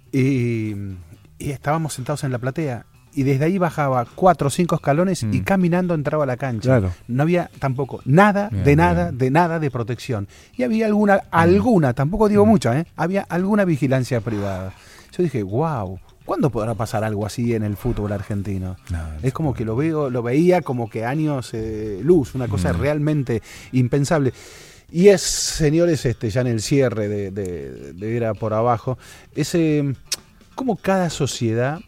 y, y estábamos sentados en la platea. Y desde ahí bajaba cuatro o cinco escalones Mm. y caminando entraba a la cancha. Claro. No había tampoco nada, Bien, de nada, bien. de nada de protección. Y había alguna, alguna, tampoco digo mucha, ¿eh? Había alguna vigilancia privada. Yo dije, wow, ¿cuándo podrá pasar algo así en el fútbol argentino? No, Es como que lo veo, lo veía como que años eh, luz, una cosa Mm. realmente impensable. Y es, señores, este, ya en el cierre de, de, de Era por Abajo, ese cómo cada sociedad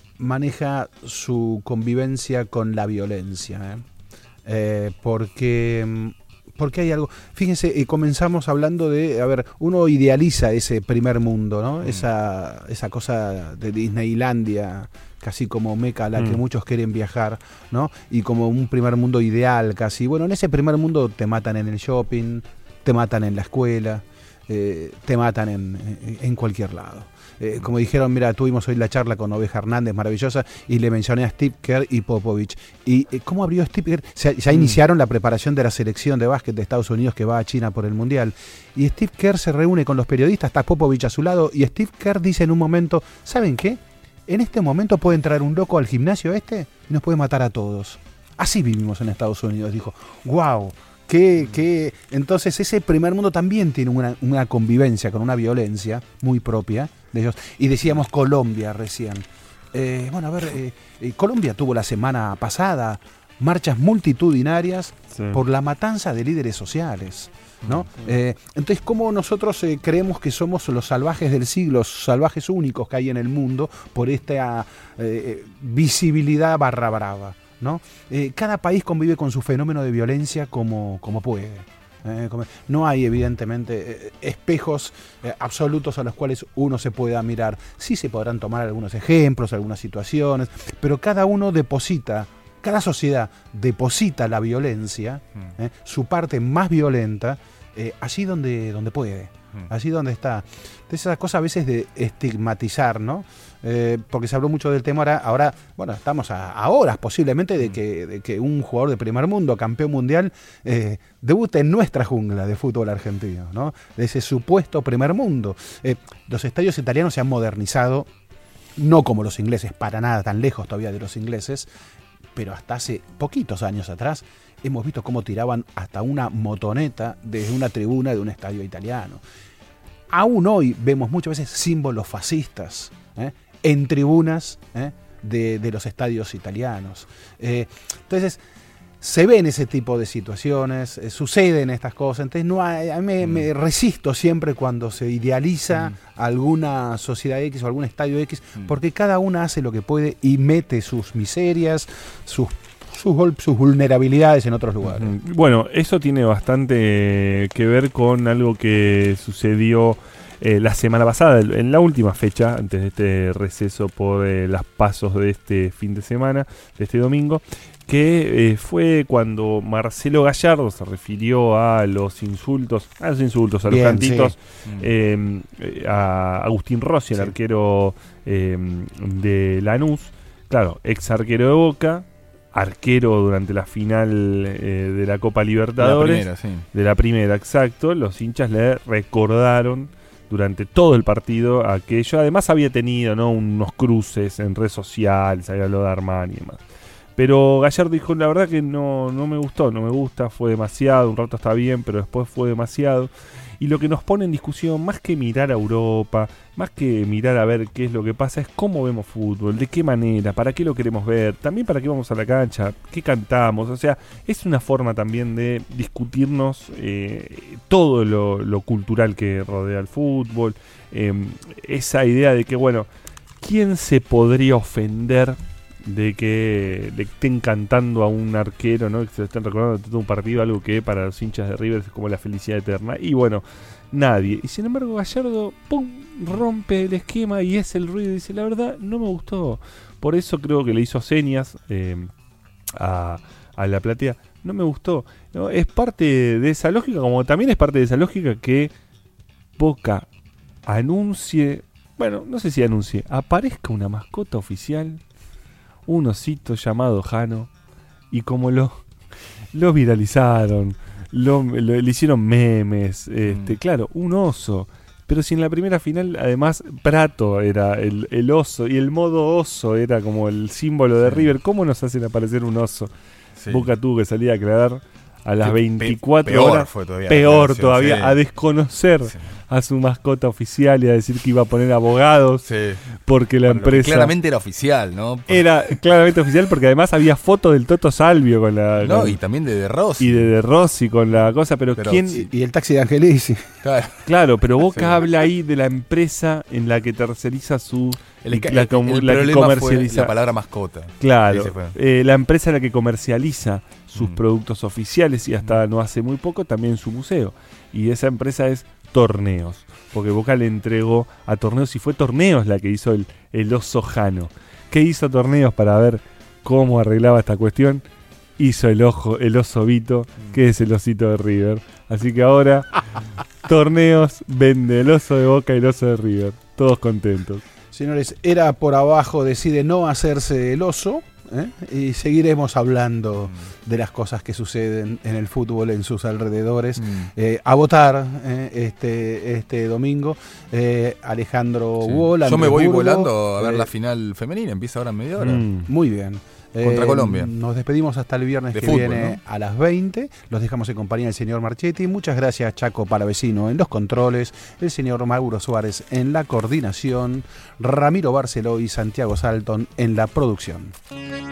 maneja su convivencia con la violencia, ¿eh? Eh, porque porque hay algo, fíjense, eh, comenzamos hablando de, a ver, uno idealiza ese primer mundo, ¿no? Mm. Esa, esa cosa de Disneylandia, casi como Meca a la que Mm. muchos quieren viajar, ¿no? Y como un primer mundo ideal casi. Bueno, en ese primer mundo te matan en el shopping, te matan en la escuela, eh, te matan en, en, en cualquier lado. Eh, como dijeron, mira, tuvimos hoy la charla con Oveja Hernández, maravillosa, y le mencioné a Steve Kerr y Popovich. ¿Y eh, cómo abrió Steve Kerr? Se, ya iniciaron la preparación de la selección de básquet de Estados Unidos que va a China por el Mundial. Y Steve Kerr se reúne con los periodistas, está Popovich a su lado, y Steve Kerr dice en un momento, ¿saben qué? En este momento puede entrar un loco al gimnasio este y nos puede matar a todos. Así vivimos en Estados Unidos. Dijo, wow. Que, que, entonces ese primer mundo también tiene una, una convivencia con una violencia muy propia de ellos. Y decíamos Colombia recién. Eh, bueno, a ver, eh, eh, Colombia tuvo la semana pasada marchas multitudinarias Sí. por la matanza de líderes sociales, ¿no? Eh, entonces, ¿cómo nosotros eh, creemos que somos los salvajes del siglo, los salvajes únicos que hay en el mundo por esta eh, visibilidad barra brava? ¿No? Eh, cada país convive con su fenómeno de violencia como, como puede. Eh, como- no hay, evidentemente, eh, espejos eh, absolutos a los cuales uno se pueda mirar. Sí se podrán tomar algunos ejemplos, algunas situaciones, pero cada uno deposita, cada sociedad deposita la violencia, eh, su parte más violenta, eh, allí donde, donde puede. Allí donde está. Entonces, esa cosa a veces de estigmatizar, ¿no? Eh, porque se habló mucho del tema ahora, ahora bueno, estamos a, a horas posiblemente de que, de que un jugador de primer mundo, campeón mundial, eh, debute en nuestra jungla de fútbol argentino, ¿no? De ese supuesto primer mundo. Eh, los estadios italianos se han modernizado, no como los ingleses, para nada, tan lejos todavía de los ingleses, pero hasta hace poquitos años atrás hemos visto cómo tiraban hasta una motoneta desde una tribuna de un estadio italiano. Aún hoy vemos muchas veces símbolos fascistas, ¿eh? en tribunas ¿eh? de, de los estadios italianos. Eh, entonces, se ven ese tipo de situaciones, eh, suceden estas cosas. Entonces, no hay, a mí me, Mm. me resisto siempre cuando se idealiza Mm. alguna sociedad X o algún estadio X, Mm. porque cada una hace lo que puede y mete sus miserias, sus, sus, gol- sus vulnerabilidades en otros lugares. Bueno, eso tiene bastante que ver con algo que sucedió eh, la semana pasada, en la última fecha, antes de este receso por eh, las pasos de este fin de semana, de este domingo, que eh, fue cuando Marcelo Gallardo se refirió a los insultos, a los insultos, a los Bien, cantitos, sí. eh, a Agustín Rossi, el Sí. arquero eh, de Lanús, claro, ex arquero de Boca, arquero durante la final eh, de la Copa Libertadores, La primera, sí. de la primera, exacto. Los hinchas le recordaron durante todo el partido aquello. Además había tenido, ¿no?, unos cruces en redes sociales, había hablado de Armani y demás. Pero Gallardo dijo, la verdad que no, no me gustó, no me gusta, fue demasiado, un rato está bien, pero después fue demasiado. Y lo que nos pone en discusión, más que mirar a Europa, más que mirar a ver qué es lo que pasa, es cómo vemos fútbol, de qué manera, para qué lo queremos ver, también para qué vamos a la cancha, qué cantamos. O sea, es una forma también de discutirnos eh, todo lo, lo cultural que rodea el fútbol. Eh, esa idea de que, bueno, ¿quién se podría ofender de que le estén cantando a un arquero, ¿no?, que se lo estén recordando de todo un partido, algo que para los hinchas de River es como la felicidad eterna? Y bueno, nadie. Y sin embargo Gallardo, pum, rompe el esquema y es el ruido y dice, la verdad no me gustó. Por eso creo que le hizo señas eh, a, a la platea. No me gustó, ¿no? Es parte de esa lógica, como también es parte de esa lógica que Boca anuncie, bueno, no sé si anuncie, aparezca una mascota oficial, un osito llamado Jano, y como lo, lo viralizaron, lo, lo- le hicieron memes, este, Mm. claro, un oso. Pero si en la primera final, además, Prato era el, el oso, y el modo oso era como el símbolo de Sí. River, ¿cómo nos hacen aparecer un oso? Sí. Boca tuvo que salir a aclarar a las Que pe- veinticuatro peor horas. fue todavía la peor declaración, todavía, sí. a desconocer Sí. a su mascota oficial y a decir que iba a poner abogados Sí. porque la Bueno, lo que empresa claramente era oficial, ¿no? era claramente oficial, porque además había foto del Toto Salvio con la No, con- y también de De Rossi. y de, de Rossi con la cosa, pero, Pero quién sí. Y el taxi de Angelici. Claro. claro, pero Boca Sí. habla ahí de la empresa en la que terceriza su El, esca- la, el- com- el la que problema fue comercializa, la palabra mascota. claro, Ese fue. eh, la empresa en la que comercializa sus Mm. productos oficiales y hasta no hace muy poco también su museo. Y esa empresa es Torneos, porque Boca le entregó a Torneos y fue Torneos la que hizo el, el oso Jano. ¿Qué hizo Torneos para ver cómo arreglaba esta cuestión? Hizo el ojo, el oso Vito, que es el osito de River. Así que ahora Torneos vende el oso de Boca y el oso de River. Todos contentos. Señores, Era por Abajo decide no hacerse el oso, ¿eh? Y seguiremos hablando de las cosas que suceden en el fútbol en sus alrededores. Mm. Eh, a votar ¿eh? este, este domingo. Eh, Alejandro Sí. Wall, Yo me Andrés voy Burgo, volando a ver eh, la final femenina, empieza ahora en media hora. Mm. Muy bien. Contra Colombia. Nos despedimos hasta el viernes De que fútbol, viene ¿no? a las veinte. Los dejamos en compañía del señor Marchetti. Muchas gracias, Chaco Palavecino, en los controles. El señor Mauro Suárez en la coordinación. Ramiro Barceló y Santiago Salton en la producción.